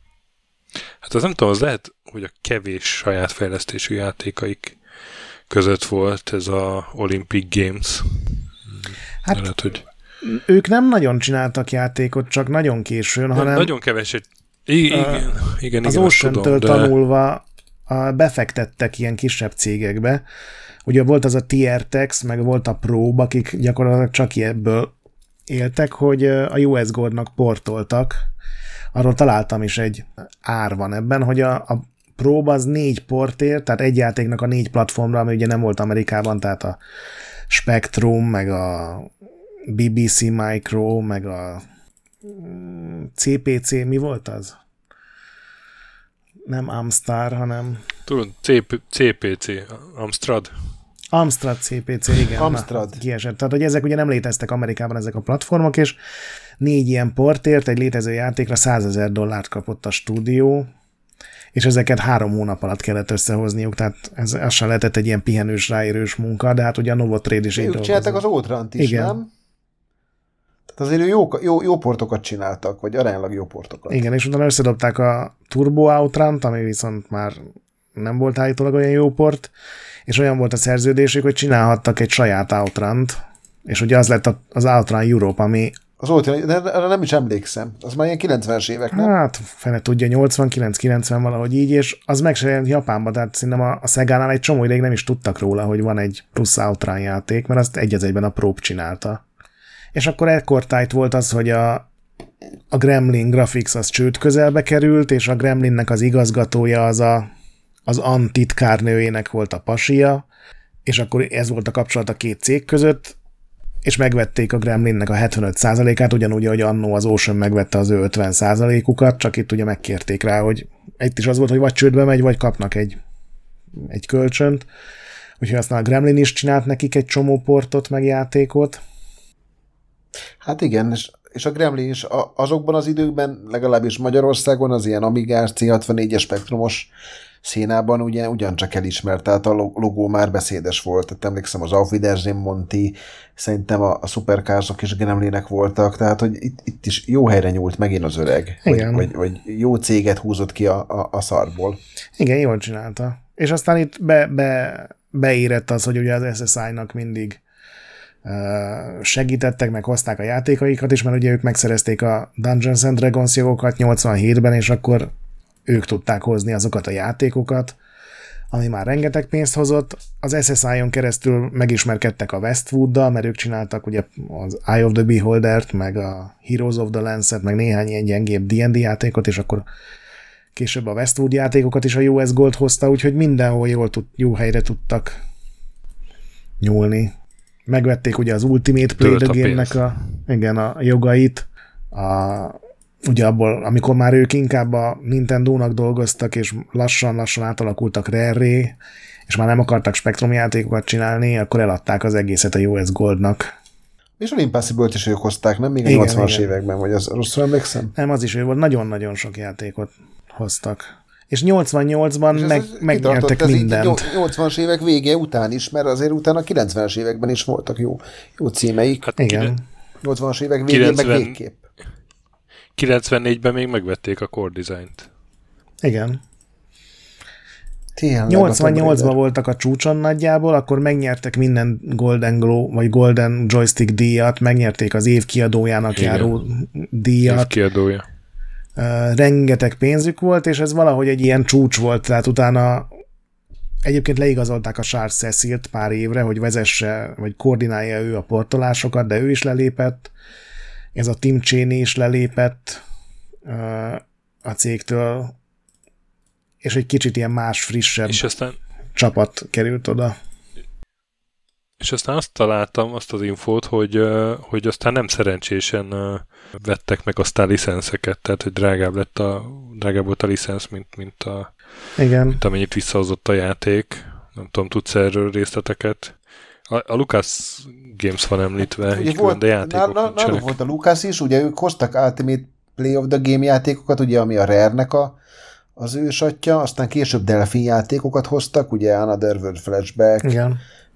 Hát az nem tudom, az lehet, hogy a kevés saját fejlesztésű játékaik között volt ez a Olympic Games. Hát lehet, hogy ők nem nagyon csináltak játékot, csak nagyon későn, hanem nagyon keveset. Igen, az Ocean-től tanulva befektettek ilyen kisebb cégekbe. Ugye volt az a TRTX, meg volt a Probe, akik gyakorlatilag csak ebből éltek, hogy a US Gold-nak portoltak. Arról találtam is egy ár van ebben, hogy a Probe az 4 portért, tehát egy játéknak a 4 platformra, ami ugye nem volt Amerikában, tehát a Spectrum, meg a BBC Micro, meg a CPC, mi volt az? Nem Amstar, hanem... Tudom, CPC, Amstrad CPC, igen. Amstrad. Kiesett. Tehát, hogy ezek ugye nem léteztek Amerikában, ezek a platformok, és 4 ilyen portért egy létező játékra $100,000 kapott a stúdió, és ezeket 3 hónap alatt kellett összehozniuk, tehát ez sem lehetett egy ilyen pihenős, ráérős munka, de hát ugye a Novotrade is így dolgozott. Ők csináltak az Outrant is, igen. Nem? Tehát azért jó portokat csináltak, vagy aránylag jó portokat. Igen, és utána összedobták a Turbo Outrant, ami viszont már nem volt állítólag olyan jó port, és olyan volt a szerződésük, hogy csinálhattak egy saját Outrant, és ugye az lett az Outrun Europe, ami... Az Outrun, de arra nem is emlékszem. Az már ilyen 90-es évek, nem? Hát, fene tudja, 89-90 valahogy így, és az meg se jelent Japánban, tehát szerintem a Sega-nál egy csomó ideig nem is tudtak róla, hogy van egy plusz Outrun játék, mert azt egy az egyben a Probe csinálta. És akkor ekkor tájt volt az, hogy a Gremlin Graphics az csőd közelbe került, és a Gremlinnek az igazgatója az Ann titkárnőjének volt a pasia, és akkor ez volt a kapcsolat a két cég között, és megvették a Gremlinnek a 75%-át, ugyanúgy, ahogy annó az Ocean megvette az ő 50%-ukat, csak itt ugye megkérték rá, hogy itt is az volt, hogy vagy csődbe megy, vagy kapnak egy kölcsönt. Úgyhogy aztán a Gremlin is csinált nekik egy csomó portot, meg játékot. Hát igen, és a Gremlin is azokban az időkben, legalábbis Magyarországon az ilyen Amigás, C64-es spektrumos színában ugyancsak elismert, tehát a logó már beszédes volt. Tehát emlékszem, az Auf Wiedersehen Monty, szerintem a Supercarsok is Gremlinek voltak, tehát hogy itt is jó helyre nyúlt megint az öreg, vagy jó céget húzott ki a szarból. Igen, jól csinálta. És aztán itt beérett az, hogy ugye az SSI-nak mindig segítettek, meg hozták a játékaikat is, mert ugye ők megszerezték a Dungeons and Dragons jogokat 87-ben, és akkor ők tudták hozni azokat a játékokat, ami már rengeteg pénzt hozott. Az SSI-on keresztül megismerkedtek a Westwooddal, mert ők csináltak ugye az Eye of the Beholder-t, meg a Heroes of the Lancet, meg néhány ilyen gyengébb D&D játékot, és akkor később a Westwood játékokat is a US Gold hozta, úgyhogy mindenhol jó helyre tudtak nyúlni. Megvették ugye az Ultimate Play the Game-nek a jogait, ugye abból, amikor már ők inkább a Nintendo-nak dolgoztak, és lassan átalakultak Rare-ré, és már nem akartak Spectrum játékokat csinálni, akkor eladták az egészet a US Goldnak. És a Impossible-t is ők hozták, nem? Még a 80-as években, vagy az rosszul emlékszem? Nem, az is ő volt. Nagyon-nagyon sok játékot hoztak. És 88-ban megnyertek mindent. 80-as évek vége után is, mert azért utána a 90-es években is voltak jó címeik. Hát igen. 80-as évek végén meg végképp. 94-ben még megvették a Core Design-t. Igen. 88-ban voltak a csúcson nagyjából, akkor megnyertek minden Golden Glow, vagy Golden Joystick díjat, megnyerték az év kiadójának járó díjat. Év kiadója. Rengeteg pénzük volt, és ez valahogy egy ilyen csúcs volt, tehát utána egyébként leigazolták a Charles Cecilt pár évre, hogy vezesse, vagy koordinálja ő a portolásokat, de ő is lelépett. Ez a Tim Cheney is lelépett a cégtől, és egy kicsit ilyen más, frissebb csapat került oda. És aztán azt találtam, azt az infót, hogy aztán nem szerencsésen vettek meg aztán licenszeket, tehát hogy drágább volt a licensz, mint amennyit visszahozott a játék. Nem tudom, tudsz erről részleteket? A Lucas Games van említve, ugye volt, de játékok náluk volt a Lucas is, ugye ők hoztak Ultimate Play of the Game játékokat, ugye ami a Rare-nek az ősatja, aztán később Delphin játékokat hoztak, ugye Another World Flashback. Igen.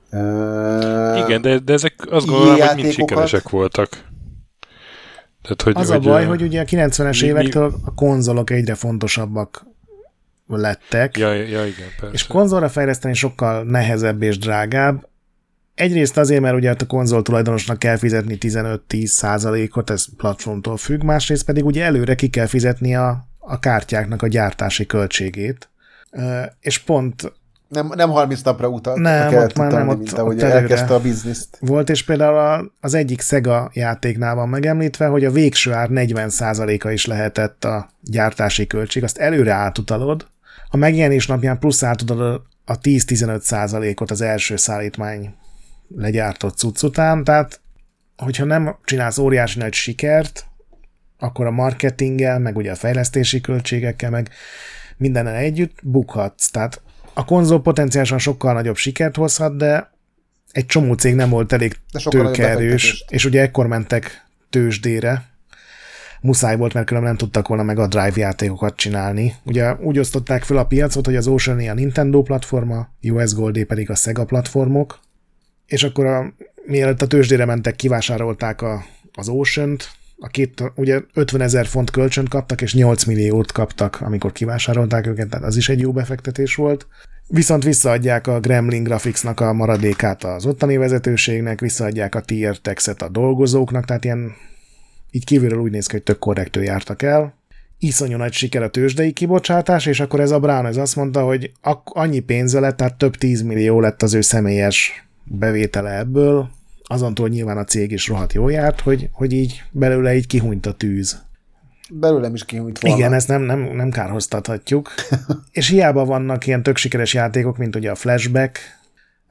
Igen, de ezek azt gondolom, hogy mind sikeresek voltak. Tehát, az a baj, hogy ugye a 90-es évektől a konzolok egyre fontosabbak lettek. Ja, igen, persze. És konzolra fejleszteni sokkal nehezebb és drágább. Egyrészt azért, mert ugye a konzol tulajdonosnak kell fizetni 15-10%-ot, ez platformtól függ, másrészt pedig ugye előre ki kell fizetni a kártyáknak a gyártási költségét. És pont nem 30 napra utalt. Nem, ott már nem, mint ahogy elkezdte a bizniszt. Volt, és például az egyik Sega játéknál van megemlítve, hogy a végső ár 40%-a is lehetett a gyártási költség, azt előre átutalod, a megjelenés napján plusz átudod a 10-15%-ot az első szállítmány legyártott cucc után, tehát hogyha nem csinálsz óriási nagy sikert, akkor a marketinggel, meg ugye a fejlesztési költségekkel, meg mindennel együtt bukhatsz. Tehát a konzol potenciálisan sokkal nagyobb sikert hozhat, de egy csomó cég nem volt elég tőkeerős, és ugye ekkor mentek tőzsdére. Muszáj volt, mert különben nem tudtak volna meg a Drive játékokat csinálni. Ugye úgy osztották fel a piacot, hogy az Ocean a Nintendo platforma, US Goldé pedig a Sega platformok, és akkor mielőtt a tőzsdére mentek, kivásárolták az Ocean-t, ugye 50 000 font kölcsönt kaptak, és 8 milliót kaptak, amikor kivásárolták őket, tehát az is egy jó befektetés volt. Viszont visszaadják a Gremlin Graphicsnak a maradékát az ottani vezetőségnek, visszaadják a tier taxet a dolgozóknak, tehát ilyen így kívülről úgy néz ki, hogy tök korrektül jártak el. Iszonyú nagy siker a tőzsdei kibocsátás, és akkor ez a Brown azt mondta, hogy annyi pénze lett, tehát több 10 millió lett az ő személyes bevétele ebből, azontól nyilván a cég is rohadt jól járt, hogy így belőle így kihúnyt a tűz. Belőlem is kihúnyt volna. Igen, ezt nem kárhoztathatjuk. És hiába vannak ilyen tök sikeres játékok, mint ugye a Flashback,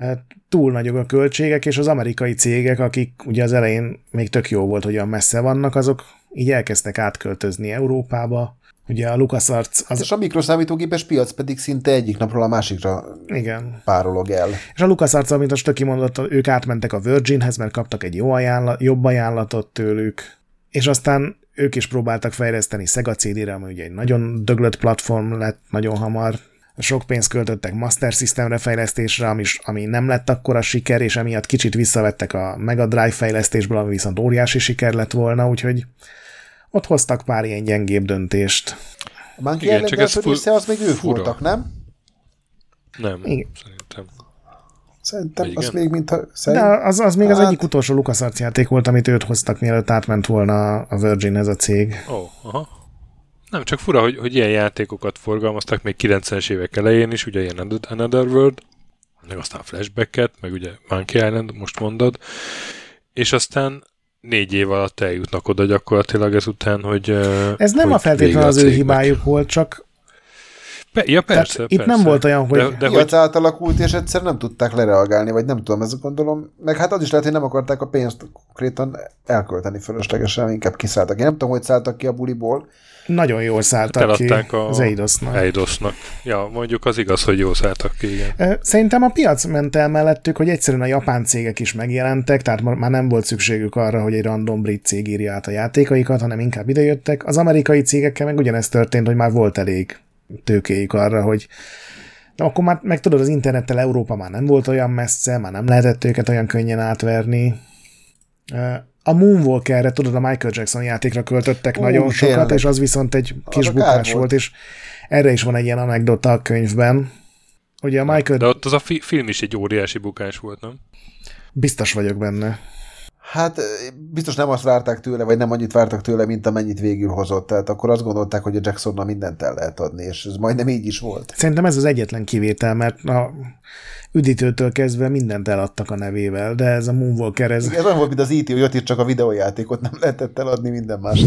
túl nagyok a költségek, és az amerikai cégek, akik ugye az elején még tök jó volt, hogy olyan messze vannak, azok így elkezdtek átköltözni Európába. Ugye a LucasArts... És a mikroszámítógépes piac pedig szinte egyik napról a másikra párolog el. És a LucasArts, amit a Stöki mondott, ők átmentek a Virginhez, mert kaptak egy jobb ajánlatot tőlük, és aztán ők is próbáltak fejleszteni Sega CD-re, ami ugye egy nagyon döglött platform lett nagyon hamar. Sok pénzt költöttek Master Systemre fejlesztésre, ami nem lett akkora siker, és emiatt kicsit visszavettek a Mega Drive fejlesztésből, ami viszont óriási siker lett volna, úgyhogy ott hoztak pár ilyen gyengébb döntést. A Monkey Island első része, az még ők voltak, nem? Nem, szerintem. Szerintem az még mintha... De az még az egyik utolsó LucasArts játék volt, amit őt hoztak, mielőtt átment volna a Virginhez a cég. Aha. Nem, csak fura, hogy ilyen játékokat forgalmaztak még 90-es évek elején is, ugye ilyen Another World, meg aztán Flashback-et, meg ugye Monkey Island, most mondod, és aztán 4 év alatt eljutnak oda gyakorlatilag ezután, hogy... Ez nem hogy a feltétlenül az ő hibájuk volt, csak... Persze. Itt nem volt olyan, hogy... De hogy átalakult, és egyszer nem tudták lereagálni, vagy nem tudom, ezt gondolom. Meg hát az is lehet, hogy nem akarták a pénzt konkrétan elkölteni fölöslegesen, inkább kiszálltak. Én nem tudom, hogy szálltak ki a buliból. Nagyon jól szálltak ki az Eidosnak. Eidosnak. Ja, mondjuk az igaz, hogy jól szálltak ki, igen. Szerintem a piac ment el mellettük, hogy egyszerűen a japán cégek is megjelentek, tehát már nem volt szükségük arra, hogy egy random brit cég írja át a játékaikat, hanem inkább idejöttek. Az amerikai cégekkel meg ugyanezt történt, hogy már volt elég tőkéjük arra, hogy de akkor már meg tudod, az internettel Európa már nem volt olyan messze, már nem lehetett őket olyan könnyen átverni. A Moonwalkerre, tudod, a Michael Jackson játékra költöttek nagyon sokat, tényleg. És az viszont egy kis bukás volt, és erre is van egy ilyen anekdota a könyvben. Ugye a Michael... De ott az a film is egy óriási bukás volt, nem? Biztos vagyok benne. Hát biztos nem azt várták tőle, vagy nem annyit vártak tőle, mint amennyit végül hozott. Tehát akkor azt gondolták, hogy a Jacksonnal mindent el lehet adni, és ez majdnem így is volt. Szerintem ez az egyetlen kivétel, mert a üdítőtől kezdve mindent eladtak a nevével, de ez a Moonwalker... Ez olyan volt, mint az E.T., hogy ott is csak a videójátékot nem lehetett eladni, minden más.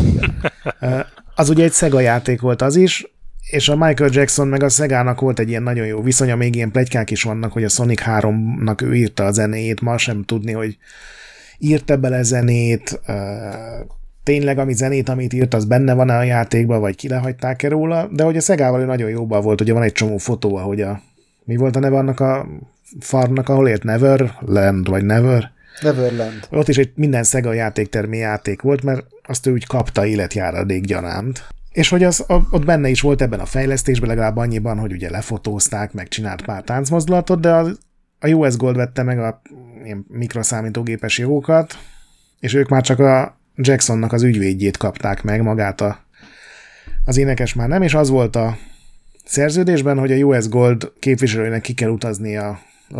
Az ugye egy Sega játék volt az is, és a Michael Jackson meg a Segának volt egy ilyen nagyon jó viszonya, még ilyen pletykák is vannak, hogy a Sonic 3-nak ő írta a zenéjét, ma sem tudni, hogy írta bele zenét, tényleg ami zenét, amit írt, az benne van a játékban, vagy kilehagyták-e róla, de hogy a Szegával ő nagyon jóban volt, ugye van egy csomó fotó, ahogy mi volt a neve annak a farmnak, ahol élt? Neverland, vagy Never? Neverland. Ott is egy minden Sega játéktermi játék volt, mert azt ő úgy kapta életjáradék gyanánt. És hogy ott benne is volt ebben a fejlesztésben, legalább annyiban, hogy ugye lefotózták, meg csinált pár táncmozdulatot, de a US Gold vette meg a ilyen mikroszámítógépes jogokat, és ők már csak a Jacksonnak az ügyvédjét kapták meg, magát az énekes már nem, és az volt a szerződésben, hogy a US Gold képviselőnek ki kell utazni a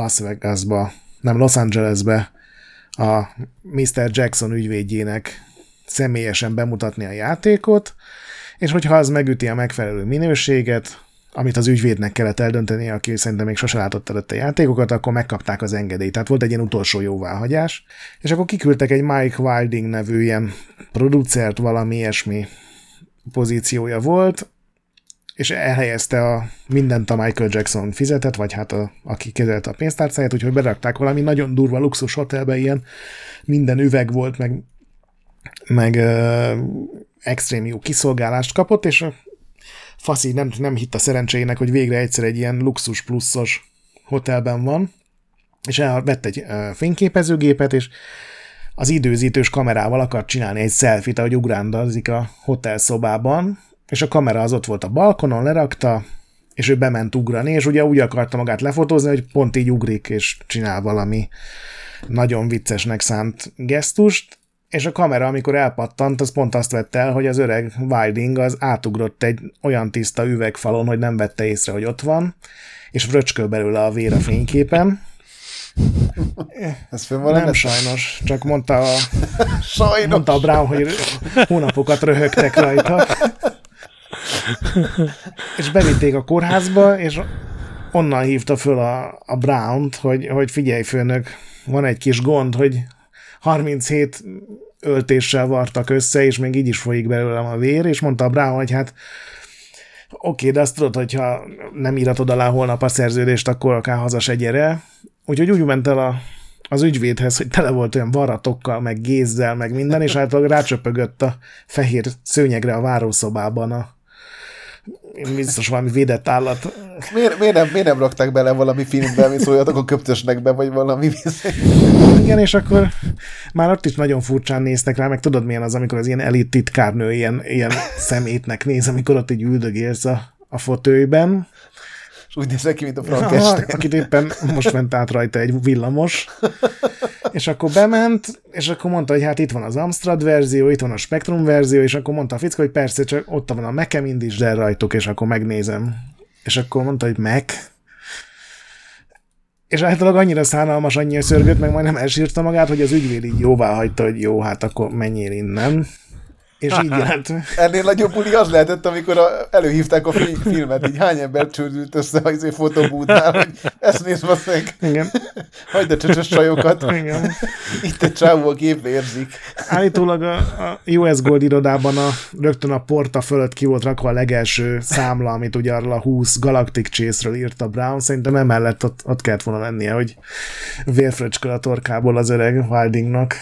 Los Angelesbe a Mr. Jackson ügyvédjének személyesen bemutatni a játékot, és hogyha az megüti a megfelelő minőséget, amit az ügyvédnek kellett eldönteni, aki szerintem még sose látott előtte játékokat, akkor megkapták az engedélyt. Tehát volt egy ilyen utolsó jóváhagyás, és akkor kiküldtek egy Mike Wilding nevű ilyen producert, valami ilyesmi pozíciója volt, és elhelyezte mindent a Michael Jackson fizetett, vagy hát aki kezelte a pénztárcáját, úgyhogy berakták valami nagyon durva luxus hotelbe, ilyen minden üveg volt, meg extrém jó kiszolgálást kapott, és a faszi nem hitt a szerencséjének, hogy végre egyszer egy ilyen luxus pluszos hotelben van, és vett egy fényképezőgépet, és az időzítős kamerával akart csinálni egy selfie-t, ahogy ugrándozik a hotel szobában, és a kamera az ott volt a balkonon, lerakta, és ő bement ugrani, és ugye úgy akarta magát lefotózni, hogy pont így ugrik, és csinál valami nagyon viccesnek szánt gesztust, és a kamera, amikor elpattant, az pont azt vette el, hogy az öreg Wilding az átugrott egy olyan tiszta üvegfalon, hogy nem vette észre, hogy ott van, és fröcsköl belőle a vér a fényképen. Ez nem sajnos, csak mondta a Brown, hogy hónapokat röhögtek rajta. És bevitték a kórházba, és onnan hívta föl a Brown-t, hogy figyelj főnök, van egy kis gond, hogy 37 öltéssel vartak össze, és még így is folyik belőlem a vér, és mondta a Brown, hogy hát oké, de azt tudod, hogyha nem íratod alá holnap a szerződést, akkor akár haza se gyere, Úgyhogy úgy ment el az ügyvédhez, hogy tele volt olyan varratokkal, meg gézzel, meg minden, és általában rácsöpögött a fehér szőnyegre a várószobában biztos valami védett állat. Miért nem rakták bele valami filmbe, amit szóljatok a köptösnek be, vagy valami Igen, és akkor már ott is nagyon furcsán néztek rá, meg tudod milyen az, amikor az ilyen elit titkárnő ilyen szemétnek néz, amikor ott így üldögélsz a fotőjben. És úgy néz ki, mint a Frankenstein. Akit éppen most ment át rajta egy villamos. És akkor bement, és akkor mondta, hogy hát itt van az Amstrad verzió, itt van a Spectrum verzió, és akkor mondta a fickó, hogy persze, csak ott van a Mac-em, indítsd el rajtuk, és akkor megnézem. És akkor mondta, hogy Mac. És általában annyira szánalmas, annyira szörgött, meg majdnem elsírta magát, hogy az ügyvéd így jóvá hagyta, hogy jó, hát akkor menjél innen. És így jelent. Ennél nagyobb buli az lehetett, amikor előhívták a filmet, így hány ember csődült össze a fotobútnál, hogy ezt nézd meg. Igen. Hagyd a csöcsös csajokat. Igen. Itt egy csávó a képbe érzik. Állítólag a US Gold irodában rögtön a porta fölött ki volt rakva a legelső számla, amit ugye arról a 20 Galactic Chase-ről írta Brown. Szerintem emellett ott kellett volna lennie, hogy vérfröcskör a torkából az öreg Wildingnak.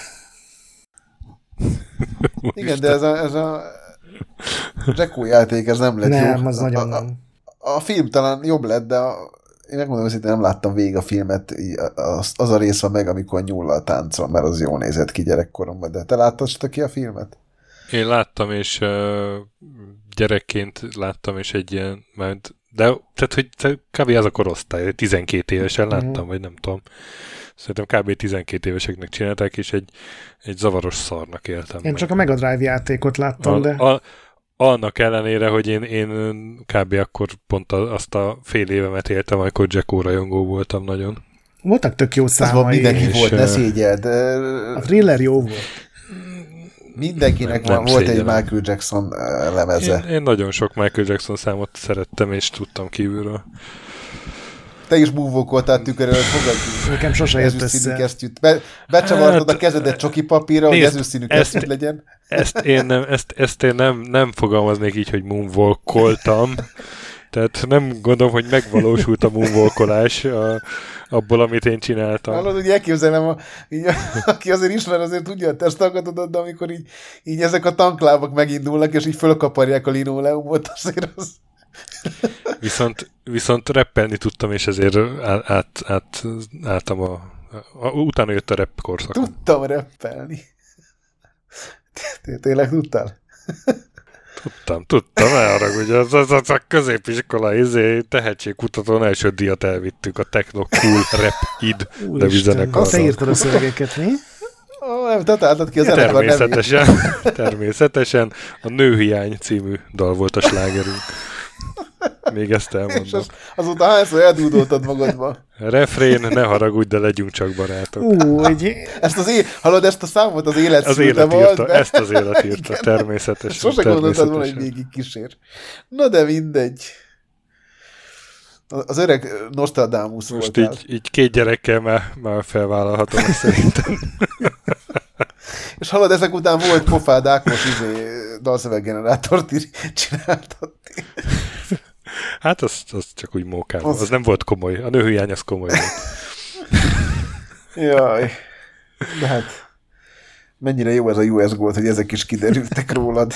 Igen, de ez a Jacko játék, ez nem lett jó. Nem, az nagyon nem. A film talán jobb lett, de én megmondom, hogy nem láttam végig a filmet, az a rész van meg, amikor nyúllal táncol, mert az jól nézett ki gyerekkoromban. De te láttad ki a filmet? Én láttam, és gyerekként láttam, és egy ilyen, de tehát, hogy kb. Az a korosztály, 12 évesen láttam, vagy nem tudom. Szerintem kb. 12 éveseknek csinálták, és egy zavaros szarnak éltem. Én csak a Mega Drive játékot láttam, de... Annak ellenére, hogy én kb. Akkor pont azt a fél évemet éltem, amikor Jacko rajongó voltam nagyon. Voltak tök jó számai. Mindenki volt, ne szégyeld. A thriller jó volt. Mindenkinek volt egy Michael Jackson lemeze. Én nagyon sok Michael Jackson számot szerettem, és tudtam kívülről. Te is moonwalkoltál tükör előtt, fogadjuk. Nekem sose jött össze. Becsavartad a kezedet csoki papírra, hogy ezüstszínű kesztyűt legyen. Ezt én nem fogalmaznék így, hogy moonwalkoltam. Tehát nem gondolom, hogy megvalósult a moonwalkolás abból, amit én csináltam. Hallod, hogy elképzelem, aki azért ismer, azért tudja a testalkatodat, de amikor így ezek a tanklábak megindulnak, és így fölkaparják a linoleumot, azért az... Viszont rappelni tudtam, és ezért álltam utána jött a rap korszak. Tudtam rappelni. Tényleg tudtál? Tudtam, elharagudj. Az a középiskola tehetségkutatón első díjat elvittük a Techno Cool Rap Id nevű zenekarral. Te írtad a szövegeket, mi? Nem, te találtad ki a zenekar természetesen a Nőhiány című dal volt a slágerünk. Még ezt elmondom. És azóta hányszor eldúdoltad magadba? Refrén, ne haragudj, de legyünk csak barátok. Hallod, ezt a számot az élet szülte volt? Ezt az élet írta, természetesen. Sose gondoltad volna, hogy végig kísér. Na de mindegy. Az öreg Nostradamus voltál. Most így 2 gyerekkel már felvállalhatom ezt szerintem. És hallod, ezek után volt pofád Ákos dalszöveggenerátort csináltatni. Hát az csak úgy mókám. Az nem volt komoly. A Nőhiány az komoly volt. Jaj. De hát mennyire jó ez a US Gold, hogy ezek is kiderültek rólad.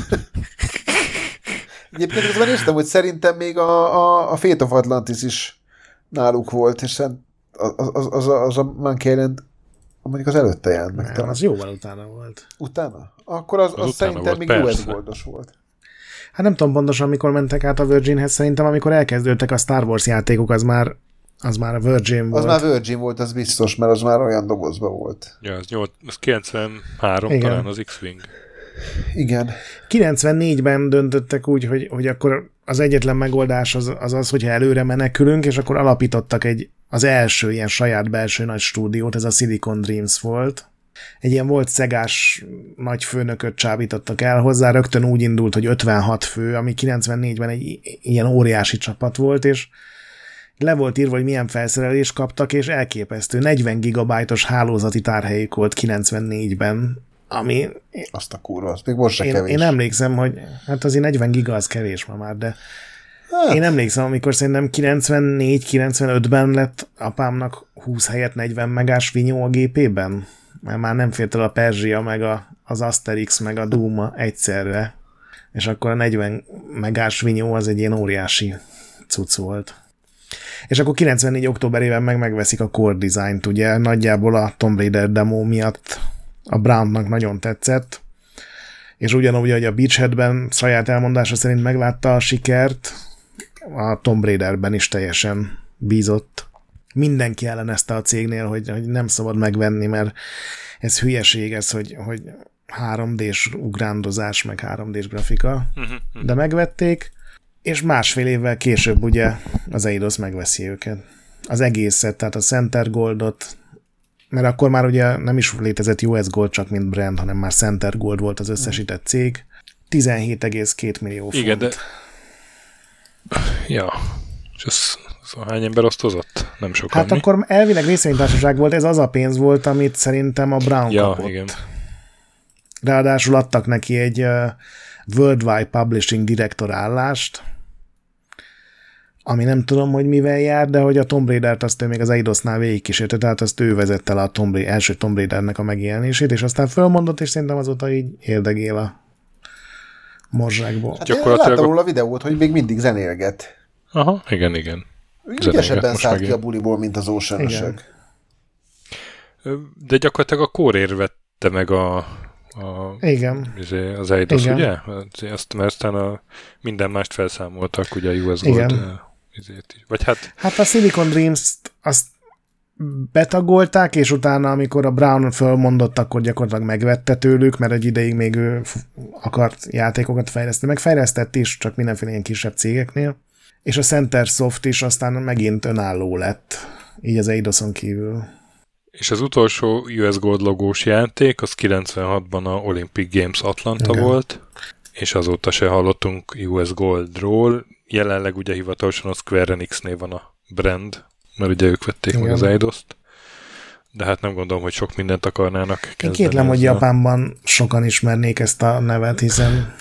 Egyébként közben néztem, hogy szerintem még a Fate of Atlantis is náluk volt, és az a Monkey Island mondjuk az előtte jelent meg. Nem, az jóval utána volt. Utána? Akkor az szerintem még US Goldos volt. Hát nem tudom pontosan, mikor mentek át a Virginhez, szerintem amikor elkezdődtek a Star Wars játékok, az már a Virgin volt. Az már Virgin volt, az biztos, mert az már olyan dobozban volt. Ja, az 93 talán az X-Wing. Igen. 94-ben döntöttek úgy, hogy akkor az egyetlen megoldás az, hogyha előre menekülünk, és akkor alapítottak az első ilyen saját belső nagy stúdiót, ez a Silicon Dreams volt. Egy ilyen volt szegás nagy főnököt csábítottak el hozzá, rögtön úgy indult, hogy 56 fő, ami 94-ben egy ilyen óriási csapat volt, és le volt írva, hogy milyen felszerelést kaptak, és elképesztő. 40 gigabájtos hálózati tárhelyük volt 94-ben, ami... Azt a kurva, az még most se kevés. Én emlékszem, hogy hát azért 40 giga az kevés ma már, de... Hát. Én emlékszem, amikor szerintem 94-95-ben lett apámnak 20 helyett 40 megás vinyó a gépében, mert már nem fért el a Perzsia, meg az Asterix, meg a Duma egyszerre, és akkor a 40 megás vinyó az egy ilyen óriási cucc volt. És akkor 94. októberében megveszik a Core Design-t, ugye nagyjából a Tomb Raider demo miatt a Brownnak nagyon tetszett, és ugyanúgy, hogy a Beachheadben saját elmondása szerint meglátta a sikert, a Tomb Raiderben is teljesen bízott. Mindenki ellenezte a cégnél, hogy nem szabad megvenni, mert ez hülyeség, ez, hogy 3D-s ugrándozás, meg 3D-s grafika. De megvették, és másfél évvel később ugye az Eidos megveszi őket. Az egészet, tehát a Center Goldot, mert akkor már ugye nem is létezett US Gold csak mint brand, hanem már Center Gold volt az összesített cég. 17,2 millió font. Igen, de... Ja, és ez hány ember osztozott? Nem sokan. Hát akkor elvileg részvénytársaság volt, ez az a pénz volt, amit szerintem a Brown kapott. Igen. Ráadásul adtak neki egy Worldwide Publishing Director állást, ami nem tudom, hogy mivel jár, de hogy a Tomb Raidert azt ő még az Eidosnál végigkísérte, tehát azt ő vezette le a első Tomb Raidernek a megjelenését, és aztán fölmondott, és szerintem azóta így érdegél a morzsákból. Hát gyakorlatilag láttam róla a videót, hogy még mindig zenélget. Aha, igen. Ügyesebben szállt ki a buliból, mint az Ocean-ösök. De gyakorlatilag a Core vette meg igen. Az Eidos, ugye? Azt, mert aztán minden mást felszámoltak, ugye a US Gold izét is. Vagy hát a Silicon Dreams-t azt betagolták, és utána, amikor a Brown fölmondott, akkor gyakorlatilag megvette tőlük, mert egy ideig még ő akart játékokat fejleszteni. Megfejlesztett is, csak mindenféle ilyen kisebb cégeknél. És a Center Soft is aztán megint önálló lett, így az Eidoson kívül. És az utolsó US Gold logós játék, az 96-ban a Olympic Games Atlanta volt, és azóta se hallottunk US Goldról. Jelenleg ugye hivatalosan a Square Enix-nél van a brand, mert ugye ők vették meg az Eidost. De hát nem gondolom, hogy sok mindent akarnának kezdeni. Én kétlem, hogy Japánban sokan ismernék ezt a nevet, hiszen...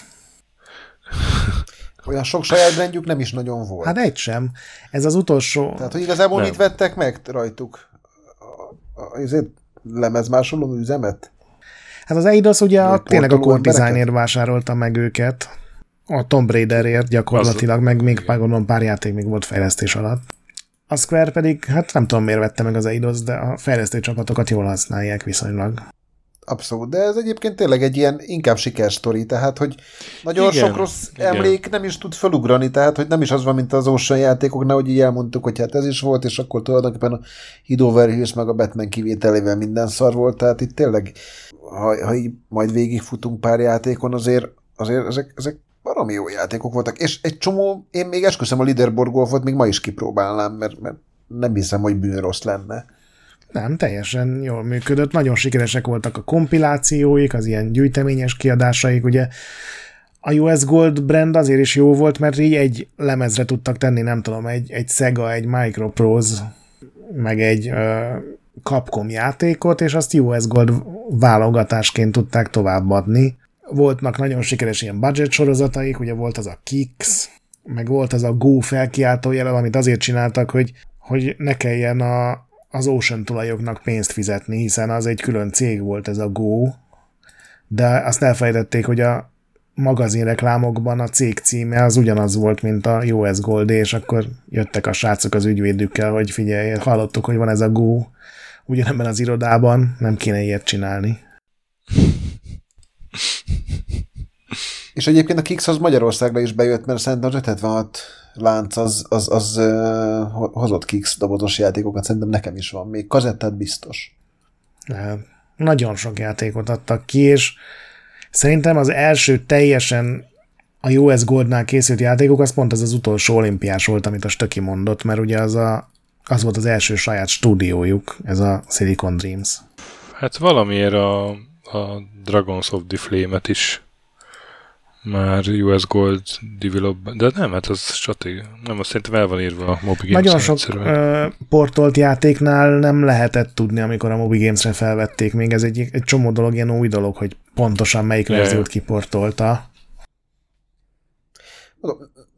Olyan sok saját brandjük nem is nagyon volt. Hát egy sem. Ez az utolsó... Tehát, hogy igazából mit vettek meg rajtuk? Ezért lemezmásoló üzemet? Hát az Eidos ugye tényleg a Core Designért vásárolta meg őket. A Tomb Raiderért gyakorlatilag, meg még gondolom pár játék még volt fejlesztés alatt. A Square pedig, hát nem tudom miért vette meg az Eidos, de a fejlesztő csapatokat jól használják viszonylag. Abszolút, de ez egyébként tényleg egy ilyen inkább sikersztori, tehát, hogy nagyon sok rossz emlék nem is tud felugrani, tehát, hogy nem is az van, mint az Ocean játékoknál, hogy így elmondtuk, hogy hát ez is volt, és akkor tulajdonképpen a Hid Over Hills meg a Batman kivételével minden szar volt, tehát itt tényleg, ha így majd végigfutunk pár játékon, azért ezek baromi jó játékok voltak, és egy csomó, én még esküszöm a Leaderboard Golfot még ma is kipróbálnám, mert nem hiszem, hogy bűnrossz lenne. Nem, teljesen jól működött, nagyon sikeresek voltak a kompilációik, az ilyen gyűjteményes kiadásaik, ugye a US Gold brand azért is jó volt, mert így egy lemezre tudtak tenni, nem tudom, egy Sega, egy Microprose, meg egy Capcom játékot, és azt US Gold válogatásként tudták továbbadni. Voltnak nagyon sikeres ilyen budget sorozataik, ugye volt az a Kicks, meg volt az a Go felkiáltójel, amit azért csináltak, hogy ne kelljen az Ocean tulajoknak pénzt fizetni, hiszen az egy külön cég volt ez a Go, de azt elfelejtették, hogy a magazinreklámokban a cég címe az ugyanaz volt, mint a US Gold, és akkor jöttek a srácok az ügyvédükkel, hogy figyelj, hallottuk, hogy van ez a Go ugyanebben az irodában, nem kéne ilyet csinálni. És egyébként a Kicks az Magyarországra is bejött, mert szerintem az 576 lánc az hozott Kicks dobozos játékokat, szerintem nekem is van még. Kazettát biztos. Nagyon sok játékot adtak ki, és szerintem az első teljesen a US Goldnál készült játékok, az pont az utolsó olimpiás volt, amit a Stöki mondott, mert ugye az volt az első saját stúdiójuk, ez a Silicon Dreams. Hát valamiért a Dragons of the Flame-et is már US Gold develop, de nem, hát az stratégia. Nem, azt szerintem el van írva a Moby Games. Nagyon sok portolt játéknál nem lehetett tudni, amikor a Moby Games-re felvették. Még ez egy csomó dolog, ilyen új dolog, hogy pontosan melyik verziót kiportolta.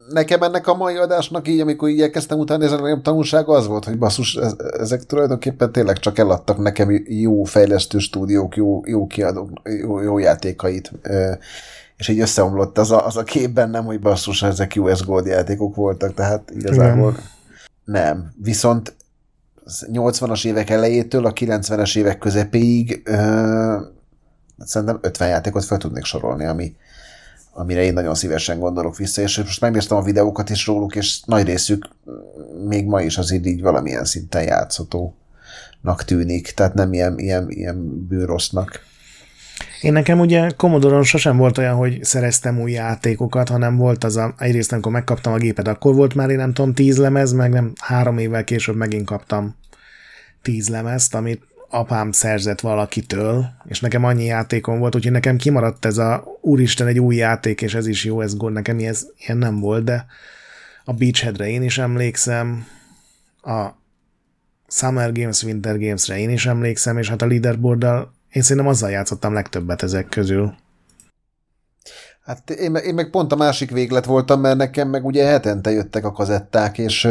nekem ennek a mai adásnak így, amikor így elkezdtem utána, ez a tanulság az volt, hogy basszus, ezek tulajdonképpen tényleg csak eladtak nekem jó fejlesztő stúdiók, jó kiadók, jó játékait, és így összeomlott az a kép bennem, hogy basszus, ezek US Gold játékok voltak, tehát igazából nem. Viszont 80-as évek elejétől a 90-es évek közepéig szerintem 50 játékot fel tudnék sorolni, amire én nagyon szívesen gondolok vissza, és most megnéztem a videókat is róluk, és nagy részük még ma is azért így valamilyen szinten játszhatónak tűnik, tehát nem ilyen bűnrossznak. Én nekem ugye Commodore-on sosem volt olyan, hogy szereztem új játékokat, hanem volt egyrészt, amikor megkaptam a gépet, akkor volt már, én nem tudom, 10 lemez, meg nem 3 évvel később megint kaptam 10 lemezt, amit apám szerzett valakitől, és nekem annyi játékom volt, úgyhogy nekem kimaradt ez a úristen, egy új játék, és ez is jó, ez gond, nekem ilyen nem volt, de a Beachheadre én is emlékszem, a Summer Games, Winter Games-re én is emlékszem, és hát a leaderboarddal én szerintem azzal játszottam legtöbbet ezek közül. Hát én meg pont a másik véglet voltam, mert nekem meg ugye hetente jöttek a kazetták, és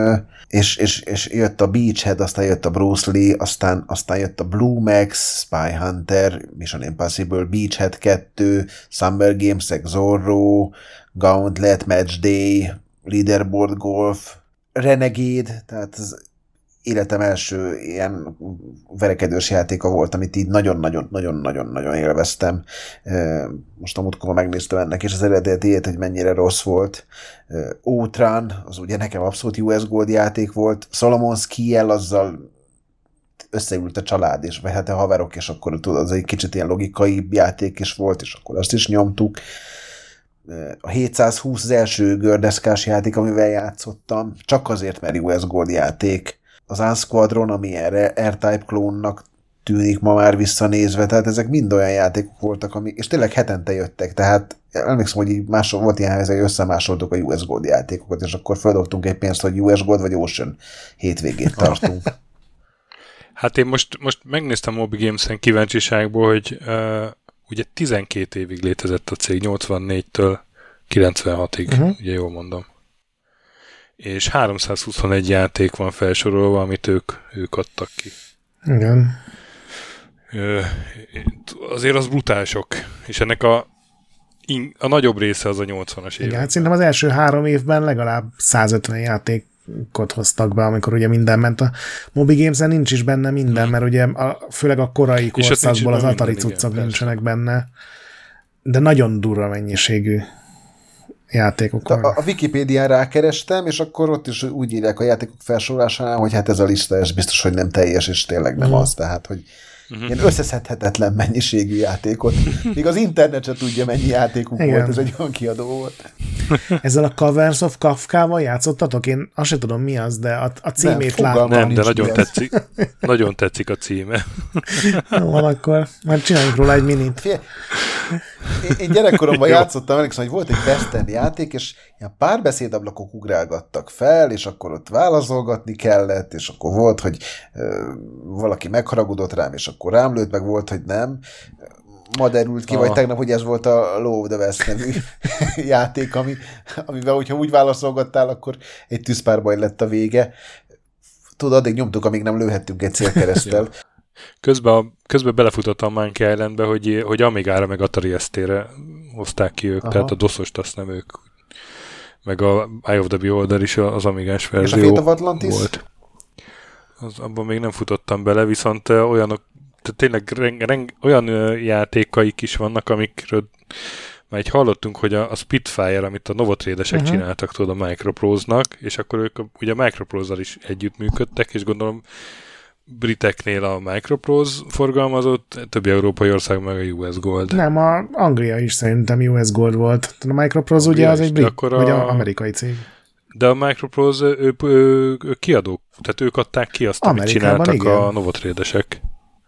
jött a Beachhead, aztán jött a Bruce Lee, aztán jött a Blue Max, Spy Hunter, Mission Impossible, Beachhead 2, Summer Games, Zorro, Gauntlet, Match Day, Leaderboard Golf, Renegade, tehát az életem első ilyen verekedős játéka volt, amit így nagyon-nagyon élveztem. Most a múltkor megnéztem ennek, és az eredetiét, hogy mennyire rossz volt. Outrun, az ugye nekem abszolút US Gold játék volt. Solomon's Key-el azzal összeült a család, és vagy hát a haverok, és akkor tudod, az egy kicsit ilyen logikai játék is volt, és akkor azt is nyomtuk. A 720 az első gördeszkás játék, amivel játszottam, csak azért, mert US Gold játék. Az Unsquadron, ami R-Type klónnak tűnik ma már visszanézve, tehát ezek mind olyan játékok voltak, és tényleg hetente jöttek, tehát emlékszem, hogy így volt ilyen helyzet, hogy összemásoltuk a US Gold játékokat, és akkor feldobtunk egy pénzt, hogy US Gold vagy Ocean hétvégét tartunk. Hát én most megnéztem Moby Games-en kíváncsiságból, hogy ugye 12 évig létezett a cég, 84-től 96-ig, ugye jól mondom. És 321 játék van felsorolva, amit ők adtak ki. Igen. Azért az brutál sok, és ennek a nagyobb része az a 80-as évek. Igen, hát szerintem az első 3 évben legalább 150 játékot hoztak be, amikor ugye minden ment. A Moby Games-en nincs is benne minden, mert ugye főleg a korai korszakból az Atari cuccok nincsenek benne, de nagyon durva mennyiségű játékok. A Wikipédián rákerestem, és akkor ott is úgy írják a játékok felsorolásánál, hogy hát ez a lista, ez biztos, hogy nem teljes, és tényleg nem az, tehát, hogy ilyen összeszedhetetlen mennyiségű játékot. Még az internet se tudja, mennyi játékuk volt, ez egy olyan kiadó volt. Ezzel a Covers of Kafkával játszottatok? Én azt sem tudom, mi az, de a címét látom. Nem, de nagyon tetszik a címe. Van, akkor majd csináljunk róla egy minit. Én gyerekkoromban játszottam, emlékszem, hogy volt egy western játék, és ilyen párbeszédablakok ugrálgattak fel, és akkor ott válaszolgatni kellett, és akkor volt, hogy valaki megharagudott rám, és akkor rám lőtt, meg volt, hogy nem. Ma derült ki, vagy tegnap, hogy ez volt a Law of the West nevű játék, amivel, hogyha úgy válaszolgattál, akkor egy tűzpárbaj lett a vége. Tudod, addig nyomtuk, amíg nem lőhettünk egy célkereszttel. Közben belefutottam a Monkey Islandbe, hogy Amigára meg Atari ST-re hozták ki ők, tehát a DOS-ost azt nem ők. Meg a Eye of the Beholder is az Amigás verzió. És a Fate of Atlantis? Volt. Abban még nem futottam bele, viszont olyanok, tehát tényleg olyan játékaik is vannak, amikről már így hallottunk, hogy a Spitfire, amit a Novotrade-esek csináltak, tudod, a Microprose-nak, és akkor ők ugye a Microprose-zal is együttműködtek, és gondolom briteknél a Microprose forgalmazott, többi európai ország meg a US Gold. Nem, a Anglia is szerintem US Gold volt. A Microprose ugye az egy brit, vagy amerikai cég. De a Microprose, ők kiadók, tehát ők adták ki azt, amit csináltak igen. A Novotrade-esek.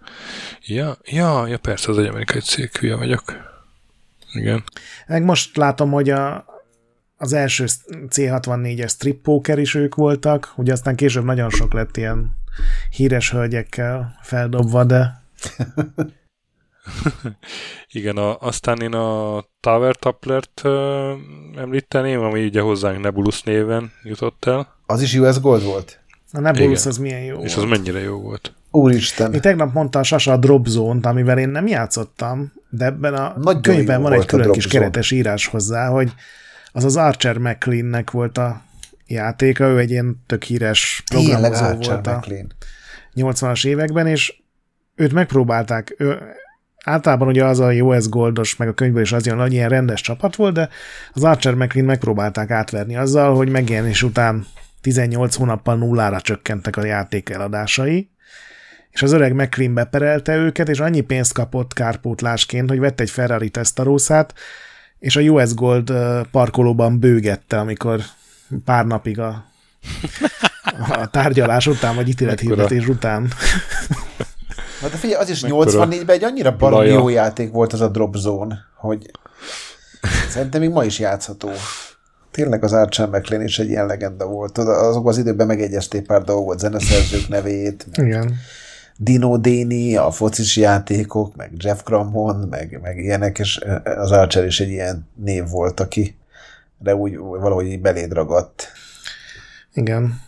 Ja, persze, az egy amerikai cég, hülye vagyok. Igen. Meg most látom, hogy az első C64-es strip poker is ők voltak, ugye aztán később nagyon sok lett ilyen híres hölgyekkel feldobva, de... Igen, aztán én a Tower Tapplert említeném, ami ugye hozzánk Nebulus néven jutott el. Az is US Gold volt? A Nebulus az milyen jó és volt. az mennyire jó volt. Úristen. Én tegnap mondta a Sasa a Drop Zone-t, amivel én nem játszottam, de ebben a könyvben van egy külön kis keretes írás hozzá, hogy az Archer McLean-nek volt a játéka, ő egy ilyen tök híres programozó volt a 80-as években, és őt megpróbálták, általában ugye az a US Goldos, meg a könyvből is az jön, hogy ilyen rendes csapat volt, de az Archer McLean megpróbálták átverni azzal, hogy megjelenés után 18 hónappal nullára csökkentek a játék eladásai, és az öreg McLean beperelte őket, és annyi pénzt kapott kárpótlásként, hogy vett egy Ferrari Testarossát, és a US Gold parkolóban bőgette, amikor pár napig a tárgyalás után, vagy ítélethirdetés után. Na de figyelj, az is 84-ben egy annyira baromi jó játék volt az a Drop Zone, hogy szerintem még ma is játszható. Tényleg az Archer McLean is egy ilyen legenda volt. Azokban az időben megegyezték pár dolgot, zeneszerzők nevét, igen. Dino Déni, a focis játékok, meg Jeff Crammond, meg ilyenek, és az Archer is egy ilyen név volt, aki de úgy valahogy így beléd ragadt. Igen.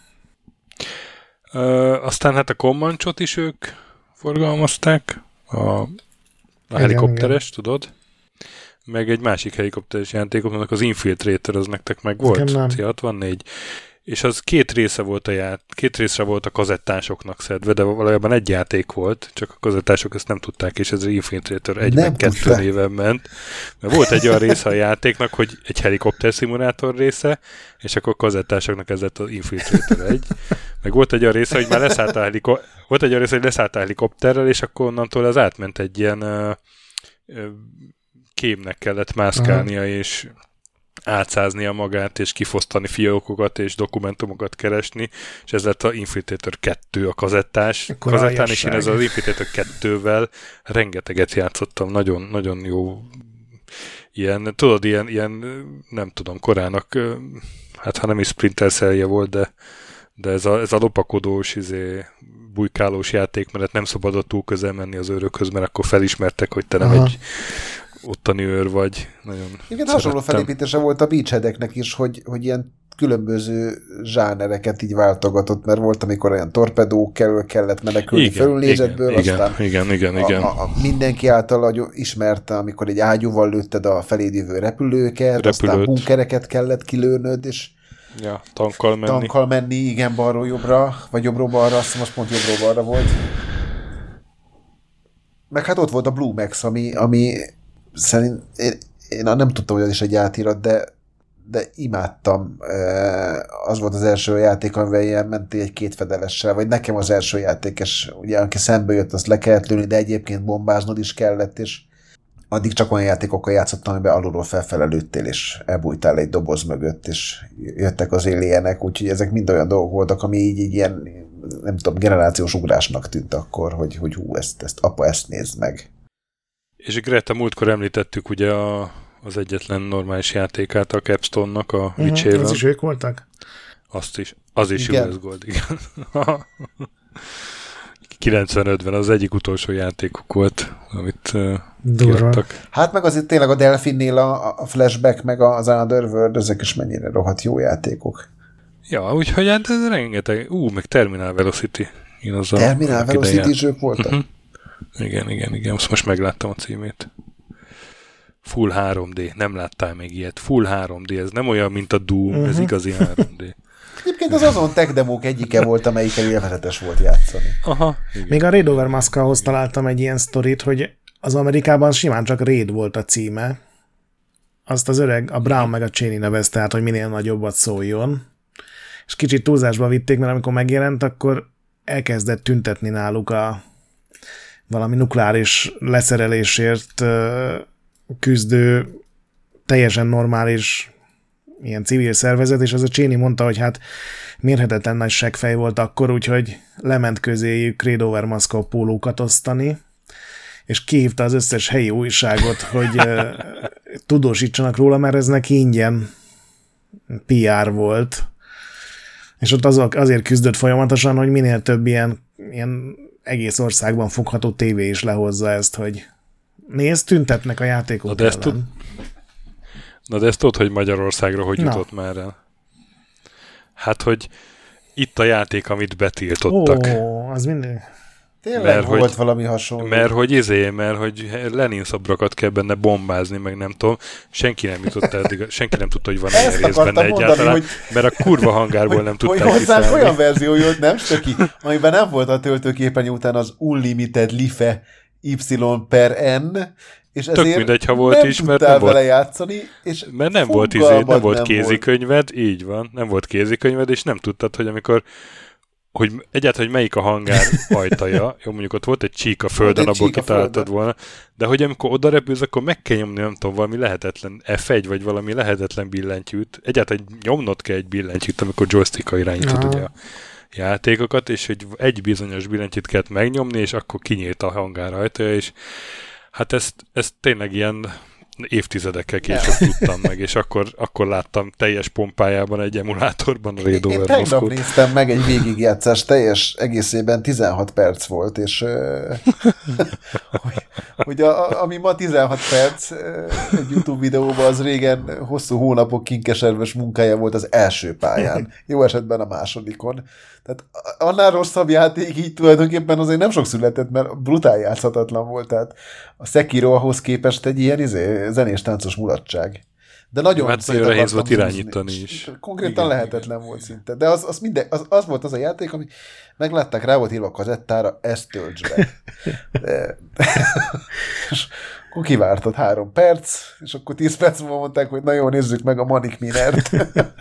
Aztán hát a Comanche-ot is ők forgalmazták, a helikopteres, tudod? Meg egy másik helikopteres játékoknak az Infiltrator, az nektek meg volt? C64. És az két részre volt a kazettásoknak szedve, de valójában egy játék volt, csak a kazettások ezt nem tudták, és ez az Infiltrator 1-2 néven ment. Mert volt egy olyan része a játéknak, hogy egy helikopter szimulátor része, és akkor a kazettásoknak ez lett az Infiltrator 1. Meg volt egy olyan része, hogy már leszállt a helikopterrel, és akkor onnantól az átment egy ilyen kémnek kellett mászkálnia, és átszáznia magát, és kifosztani fiókokat, és dokumentumokat keresni, és ez lett a Infiltrator 2, a kazettán, és én ezzel az Infiltrator 2-vel rengeteget játszottam, nagyon, nagyon jó ilyen, tudod, ilyen nem tudom, korának, hát ha nem is Splinter Cell-je volt, de ez a lopakodós, bujkálós játék, mert nem szabadott túl közel menni az őrökhöz, mert akkor felismertek, hogy te nem egy ottani őr vagy. Nagyon igen, hasonló felépítése volt a Beachheadeknek is, hogy ilyen különböző zsánereket így váltogatott, mert volt, amikor olyan torpedók kellett menekülni felülnézetből, aztán igen. Mindenki által ismerte, amikor egy ágyúval lőtted a feléd jövő repülőket, aztán bunkereket kellett kilőnöd, és tankkal menni, igen, balról jobbra, vagy jobbról balra, azt most pont jobbról balra volt. Meg hát ott volt a Blue Max, ami szerint én nem tudtam, hogy az is egy átirat, de imádtam. Az volt az első játék, amivel ilyen mentél egy kétfedelessel, vagy nekem az első játék, és ugye, aki szembe jött, azt le kellett lőni, de egyébként bombáznod is kellett, és addig csak olyan játékokkal játszottam, amiben alulról felfele lőttél, és elbújtál egy doboz mögött, és jöttek az alienek, úgyhogy ezek mind olyan dolgok voltak, ami így ilyen, nem tudom, generációs ugrásnak tűnt akkor, hogy hú, apa, ezt nézd meg. És Greta, múltkor említettük ugye az egyetlen normális játékát a Capstone-nak, a Witch-ével. Az is ők voltak? Az is US Gold, igen. 95-ben az egyik utolsó játékuk volt, amit kiadtak. Hát meg azért tényleg a Delphinnél a Flashback, meg az Another World, ezek is mennyire rohadt jó játékok. Ja, úgyhogy hát ez rengeteg. Meg Terminal Velocity. Terminal Velocity is ők voltak? Igen. Most megláttam a címét. Full 3D. Nem láttál még ilyet. Full 3D. Ez nem olyan, mint a Doom. Ez igazi 3D. Egyébként az azon tech demók egyike volt, amelyikkel élvezetes volt játszani. Aha. Igen. Még a Raid Over Moscowhoz találtam egy ilyen sztorit, hogy az Amerikában simán csak Raid volt a címe. Azt az öreg, a Brown meg a Cheney nevezte, tehát, hogy minél nagyobbat szóljon. És kicsit túlzásba vitték, mert amikor megjelent, akkor elkezdett tüntetni náluk valami nukleáris leszerelésért küzdő, teljesen normális ilyen civil szervezet, és az a Cheney mondta, hogy hát mérhetetlen nagy seggfej volt akkor, úgyhogy lement közéjük Raid Over Moscow pólókat osztani, és kihívta az összes helyi újságot, hogy tudósítsanak róla, mert ez neki ingyen PR volt. És ott azért küzdött folyamatosan, hogy minél több ilyen egész országban fogható tévé is lehozza ezt, hogy Nézd, tüntetnek a játékok ellen. De ezt tudod, hogy Magyarországra hogy jutott már el? Hát, hogy itt a játék, amit betiltottak. Az minden... Tényleg volt valami hasonló. Mert hogy Lenin szobrakat kell benne bombázni, meg nem tudom. Senki nem jutott eddig, senki nem tudta, hogy van ilyen rész benne egyáltalán, hogy, mert a kurva hangárból nem tudták kiszállni. Olyan verzió jött, nem Stöki, amiben nem volt a töltőképernyő után az Unlimited Life Y/N, és ezért tök mindegy, ha volt is, mert nem vele játszani, és mert nem volt kézikönyved, így van, nem volt kézikönyved, és nem tudtad, hogy amikor hogy egyáltalán, hogy melyik a hangár ajtaja, jó, mondjuk ott volt egy csík a földön, abból kitaláltad volna, de hogy amikor oda repülsz, akkor meg kell nyomni, nem tudom, valami lehetetlen F1, vagy valami lehetetlen billentyűt, egyáltalán nyomnod kell egy billentyűt, amikor joystickkal irányítod ugye a játékokat, és egy bizonyos billentyűt kellett megnyomni, és akkor kinyílt a hangár ajtaja, és hát ezt tényleg ilyen évtizedekkel később tudtam meg, és akkor láttam teljes pompájában egy emulátorban a Raid Over Moszkót. Én tegnap néztem meg egy végigjátszás, teljes egészében 16 perc volt, és hogy ami ma 16 perc egy YouTube videóban, az régen hosszú hónapok kinkeserves munkája volt az első pályán, jó esetben a másodikon. Tehát annál rosszabb játék így tulajdonképpen azért nem sok született, mert brutál játszhatatlan volt, tehát a Sekiro ahhoz képest egy ilyen zenés táncos mulatság. De nagyon nehéz volt irányítani is. Konkrétan igen, lehetetlen igen. volt szinte. De az volt az a játék, ami meglátták, rá volt írva a kazettára, ezt töltsd be. És akkor kivártad 3 perc, és akkor 10 perc múlva mondták, hogy na jó, nézzük meg a Manic Minert.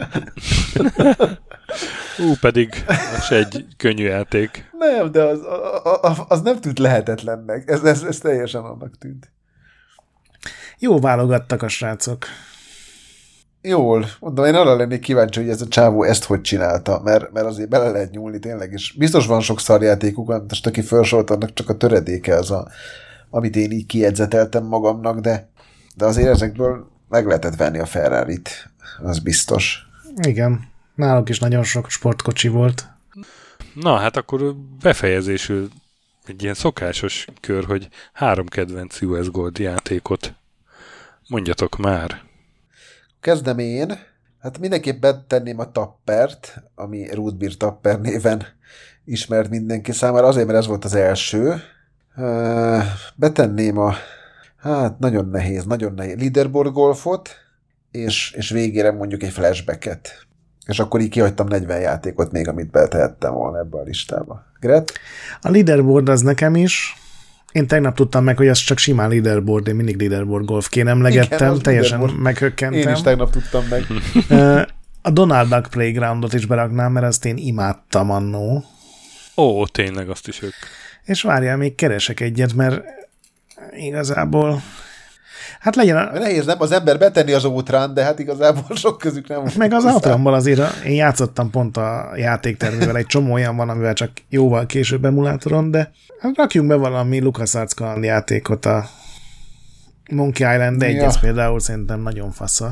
Pedig az egy könnyű játék. Nem, de az nem tűnt lehetetlennek. Ez teljesen annak tűnt. Jó válogattak a srácok. Jól. Mondom, én arra lennék kíváncsi, hogy ez a csávó ezt hogy csinálta, mert azért bele lehet nyúlni tényleg, és biztos van sok szarjátékuk, most aki felsorolt, annak csak a töredéke az, amit én így kijegyzeteltem magamnak, de azért ezekből meg lehetett venni a Ferrarit. Az biztos. Igen. Náluk is nagyon sok sportkocsi volt. Na, hát akkor befejezésül egy ilyen szokásos kör, hogy 3 kedvenc US Gold játékot mondjatok már. Kezdem én. Hát mindenképp betenném a Tappert, ami Root Beer Tapper néven ismert mindenki számára, azért, mert ez volt az első. Betenném hát nagyon nehéz Leaderboard Golfot, és végére mondjuk egy Flashbacket. És akkor így kihagytam 40 játékot még, amit betehettem volna ebbe a listába. Gret? A Leaderboard az nekem is. Én tegnap tudtam meg, hogy az csak simán Leaderboard, én mindig Leaderboard Golfként emlegettem, igen, teljesen meghökkentem. Én is tegnap tudtam meg. A Donald Duck Playgroundot is beraknám, mert azt én imádtam annó. Ó, tényleg, azt is ők. És várjál, még keresek egyet, mert igazából... Hát legyen nehéz nem az ember betenni az Outrun, de hát igazából sok közük nem volt. Meg az Outrunból azért én játszottam pont a játéktermével, egy csomó olyan van, amivel csak jóval később emulátoron, de hát rakjunk be valami LucasArts kaland játékot, a Monkey Island 1, ez például szerintem nagyon fasza.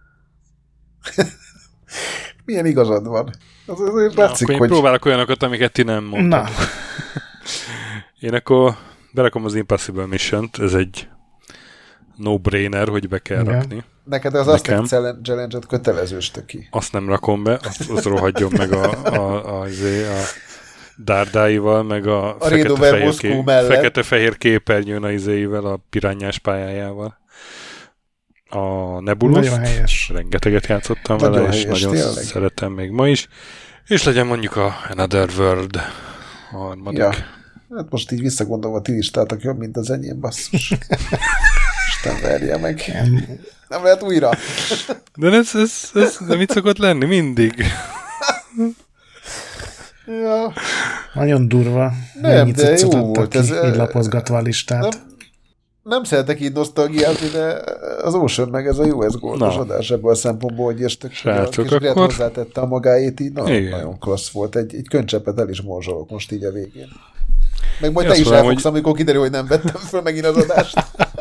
Milyen igazad van? Azért látszik, hogy... próbálok olyanokat, amiket ti nem mondtad. Na. Én akkor berakom az Impossible Mission-t, ez egy no-brainer, hogy be kell rakni. Neked az Aztec Challenge-et kötelező Stöki. Azt nem rakom be, azt rohadjon meg a dárdáival, meg a fekete-fehér képernyőn a izéivel, a pirányás pályájával. A Nebulous-t, rengeteget játszottam nagyon vele, és nagyon tényleg. Szeretem még ma is. És legyen mondjuk a Another World a harmadik. Ja. Hát most így visszagondolva, ti listátok jobb, mint az enyém, basszus. Isten verje meg. Nem lehet újra. De ez nem így szokott lenni, mindig. Ja. Nagyon durva. Nem, de jó volt. Ez így lapozgatva a listát. Nem szeretek így nosztalgiázni, de az Ocean meg ez a US Gold-os adás ebből a szempontból, hogy és a kis Gret hozzátette a magáét, így nagyon klassz volt. Egy könycseppet el is morzsolok most így a végén. Meg majd te is elfogsz, amikor kiderül, hogy nem vettem föl megint az adást.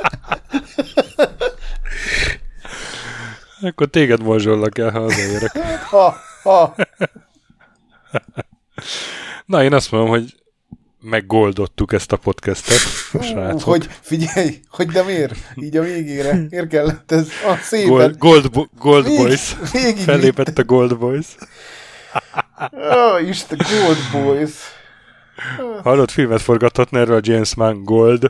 Akkor téged morzsollak el, ha hazaérek. Ha. Na, én azt mondom, hogy meggoldottuk ezt a podcastet. Hogy figyelj, hogy de miért? Így a végére. Miért kellett ez a szépen? Gold Boys. Fellépett a Gold Boys. Isten, Gold Boys. Hallott, filmet forgathatna erről a James Mann Gold.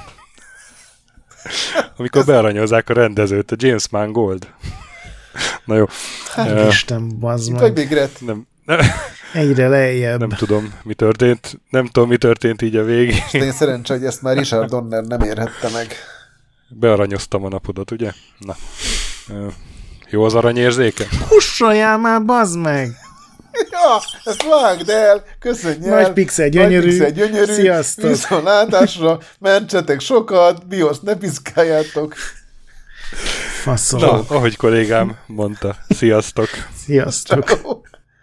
Amikor bearanyozzák a rendezőt, a James Mann Gold. Na jó. Isten, bazd meg. Vagy még Gret. Nem. Egyre lejjebb. Nem tudom, mi történt. Nem tudom, mi történt így a végén. Én szerencsé, hogy ezt már Richard Donner nem érhette meg. Bearanyoztam a napodat, ugye? Na. Jó az aranyérzéke? Hussoljál már, bazd meg! Ja, ezt vágd el, köszönj el. Nagy pixel gyönyörű. Sziasztok. Viszontlátásra, mentsetek sokat, BIOS ne piszkáljátok. Faszom. Na, ahogy kollégám mondta, sziasztok. Sziasztok. Ciao.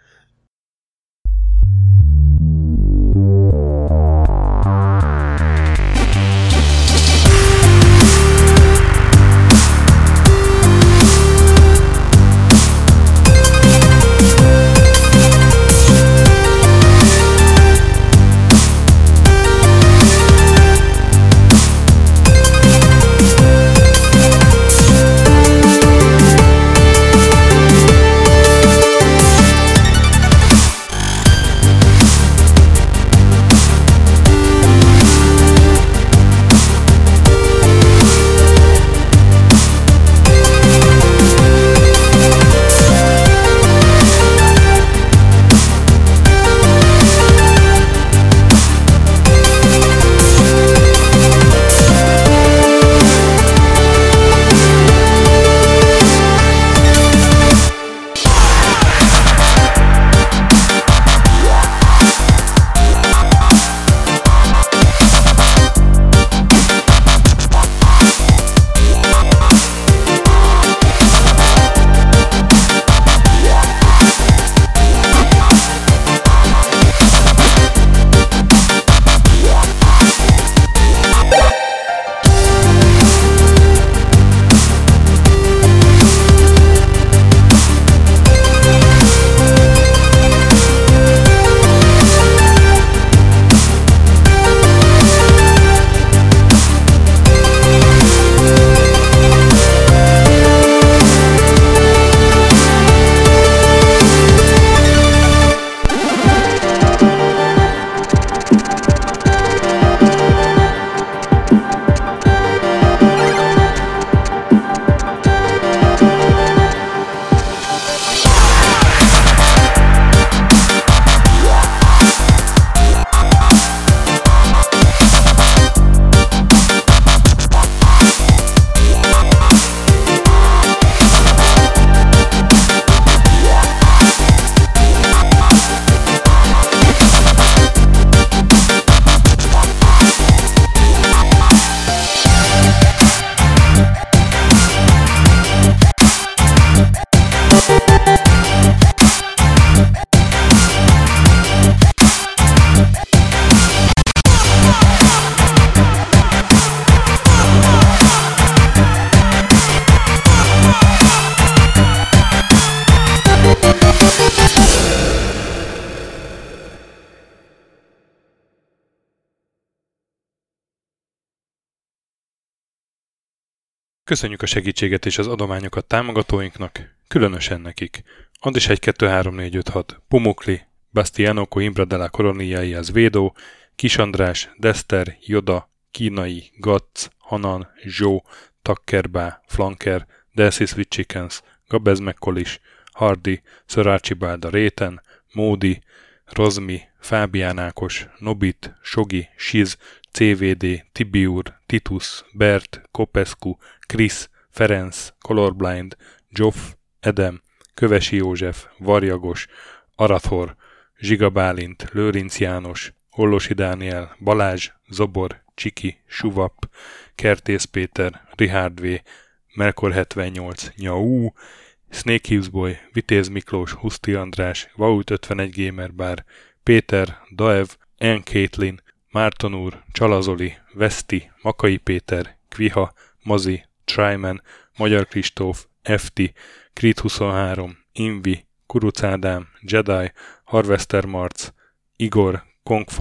Köszönjük a segítséget és az adományokat támogatóinknak, különösen nekik. Andis 1, 2, 3, 4, 5, 6, Pumukli, Bastiano Coimbra de la Coroniai az Védó, Kis András, Dester, Joda, Kínai, Gatz, Hanan, Zsó, Takkerbá, Flanker, Delcy Sweet Chickens, Gabez Mekkolis, Hardy, Sir Archibald a Réten, Módi, Rozmi, Fábián Ákos, Nobit, Sogi, Siz, CVD, Tibiur, Titus, Bert, Kopescu, Krisz, Ferenc, Colorblind, Zsoff, Edem, Kövesi József, Varjagos, Arathor, Zsiga Bálint, Lőrinc János, Hollosi Dániel, Balázs, Zobor, Csiki, Suvap, Kertész Péter, Richard V, Melkor 78, Nyau, Snake Hughes Boy, Vitéz Miklós, Huszti András, Vaut 51 Gamer Bar, Péter, Daev, Ann Caitlin, Márton úr, Csalazoli, Veszti, Makai Péter, Kviha, Mazi, Tryman, Magyar Kristóf, FT, Krit 23, Invi, Kuruc Ádám, Jedi, Harvester Marc, Igor, Kongfan,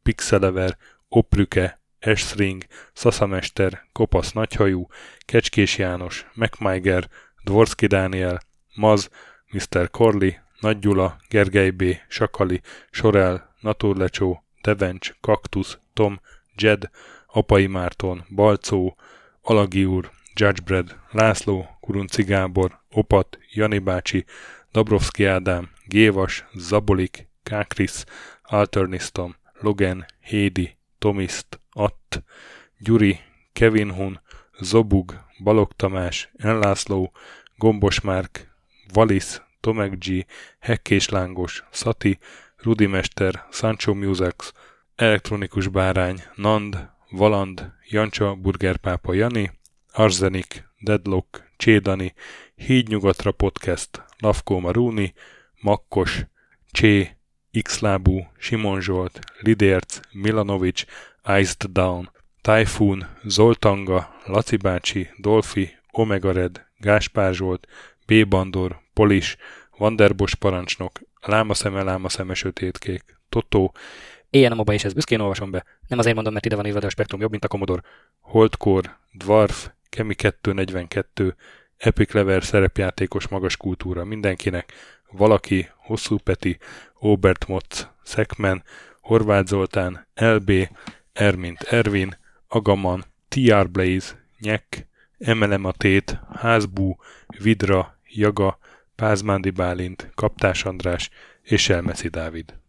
Pixelever, Oprüke, Esring, Szaszamester, Kopasz Nagyhajú, Kecskés János, MacMiger, Dvorszki Dániel, Maz, Mr. Corley, Nagy Gyula, Gergely B., Sakali, Sorel, Naturlecsó, Devencs, Kaktusz, Tom, Jed, Apai Márton, Balcó, Alagi úr, Judgebred, László, Kurunci Gábor, Opat, Jani bácsi, Dabrowski Ádám, Gévas, Zabolik, Kákris, Alternisztom, Logan, Hédi, Tomiszt, Att, Gyuri, Kevin Hun, Zobug, Balog Tamás, Enlászló, Gombos Márk, Valisz, Tomek G, Hekkés Lángos, Szati, Rudimester, Sancho Musax, Elektronikus Bárány, Nand, Valand, Jancsa, Burgerpápa Jani, Arzenik, Deadlock, Csédani, Hídnyugatra Podcast, Lavkó Maruni, Makkos, Csé, Xlábú, Simon Zsolt, Lidérc, Milanovic, Iced Down, Typhoon, Zoltanga, Laci bácsi, Dolfi, Omega Red, Gáspár Zsolt, B. Bandor, Polis, Vanderbos parancsnok, Lámaszeme sötétkék, Totó, Éjjel a moba és ezt büszkén olvasom be. Nem azért mondom, mert ide van írva, de a Spektrum jobb, mint a Commodore. Holdcore, Dwarf, Kemi 242, Epic Lever szerepjátékos magas kultúra mindenkinek, Valaki, Hosszú Peti, Óbert Motz, Szekmen, Horváth Zoltán, LB, Ermint Ervin, Agaman, TR Blaze, Nyek, Emelem a Tét, Házbú, Vidra, Jaga, Pázmándi Bálint, Kaptás András és Elmeszi Dávid.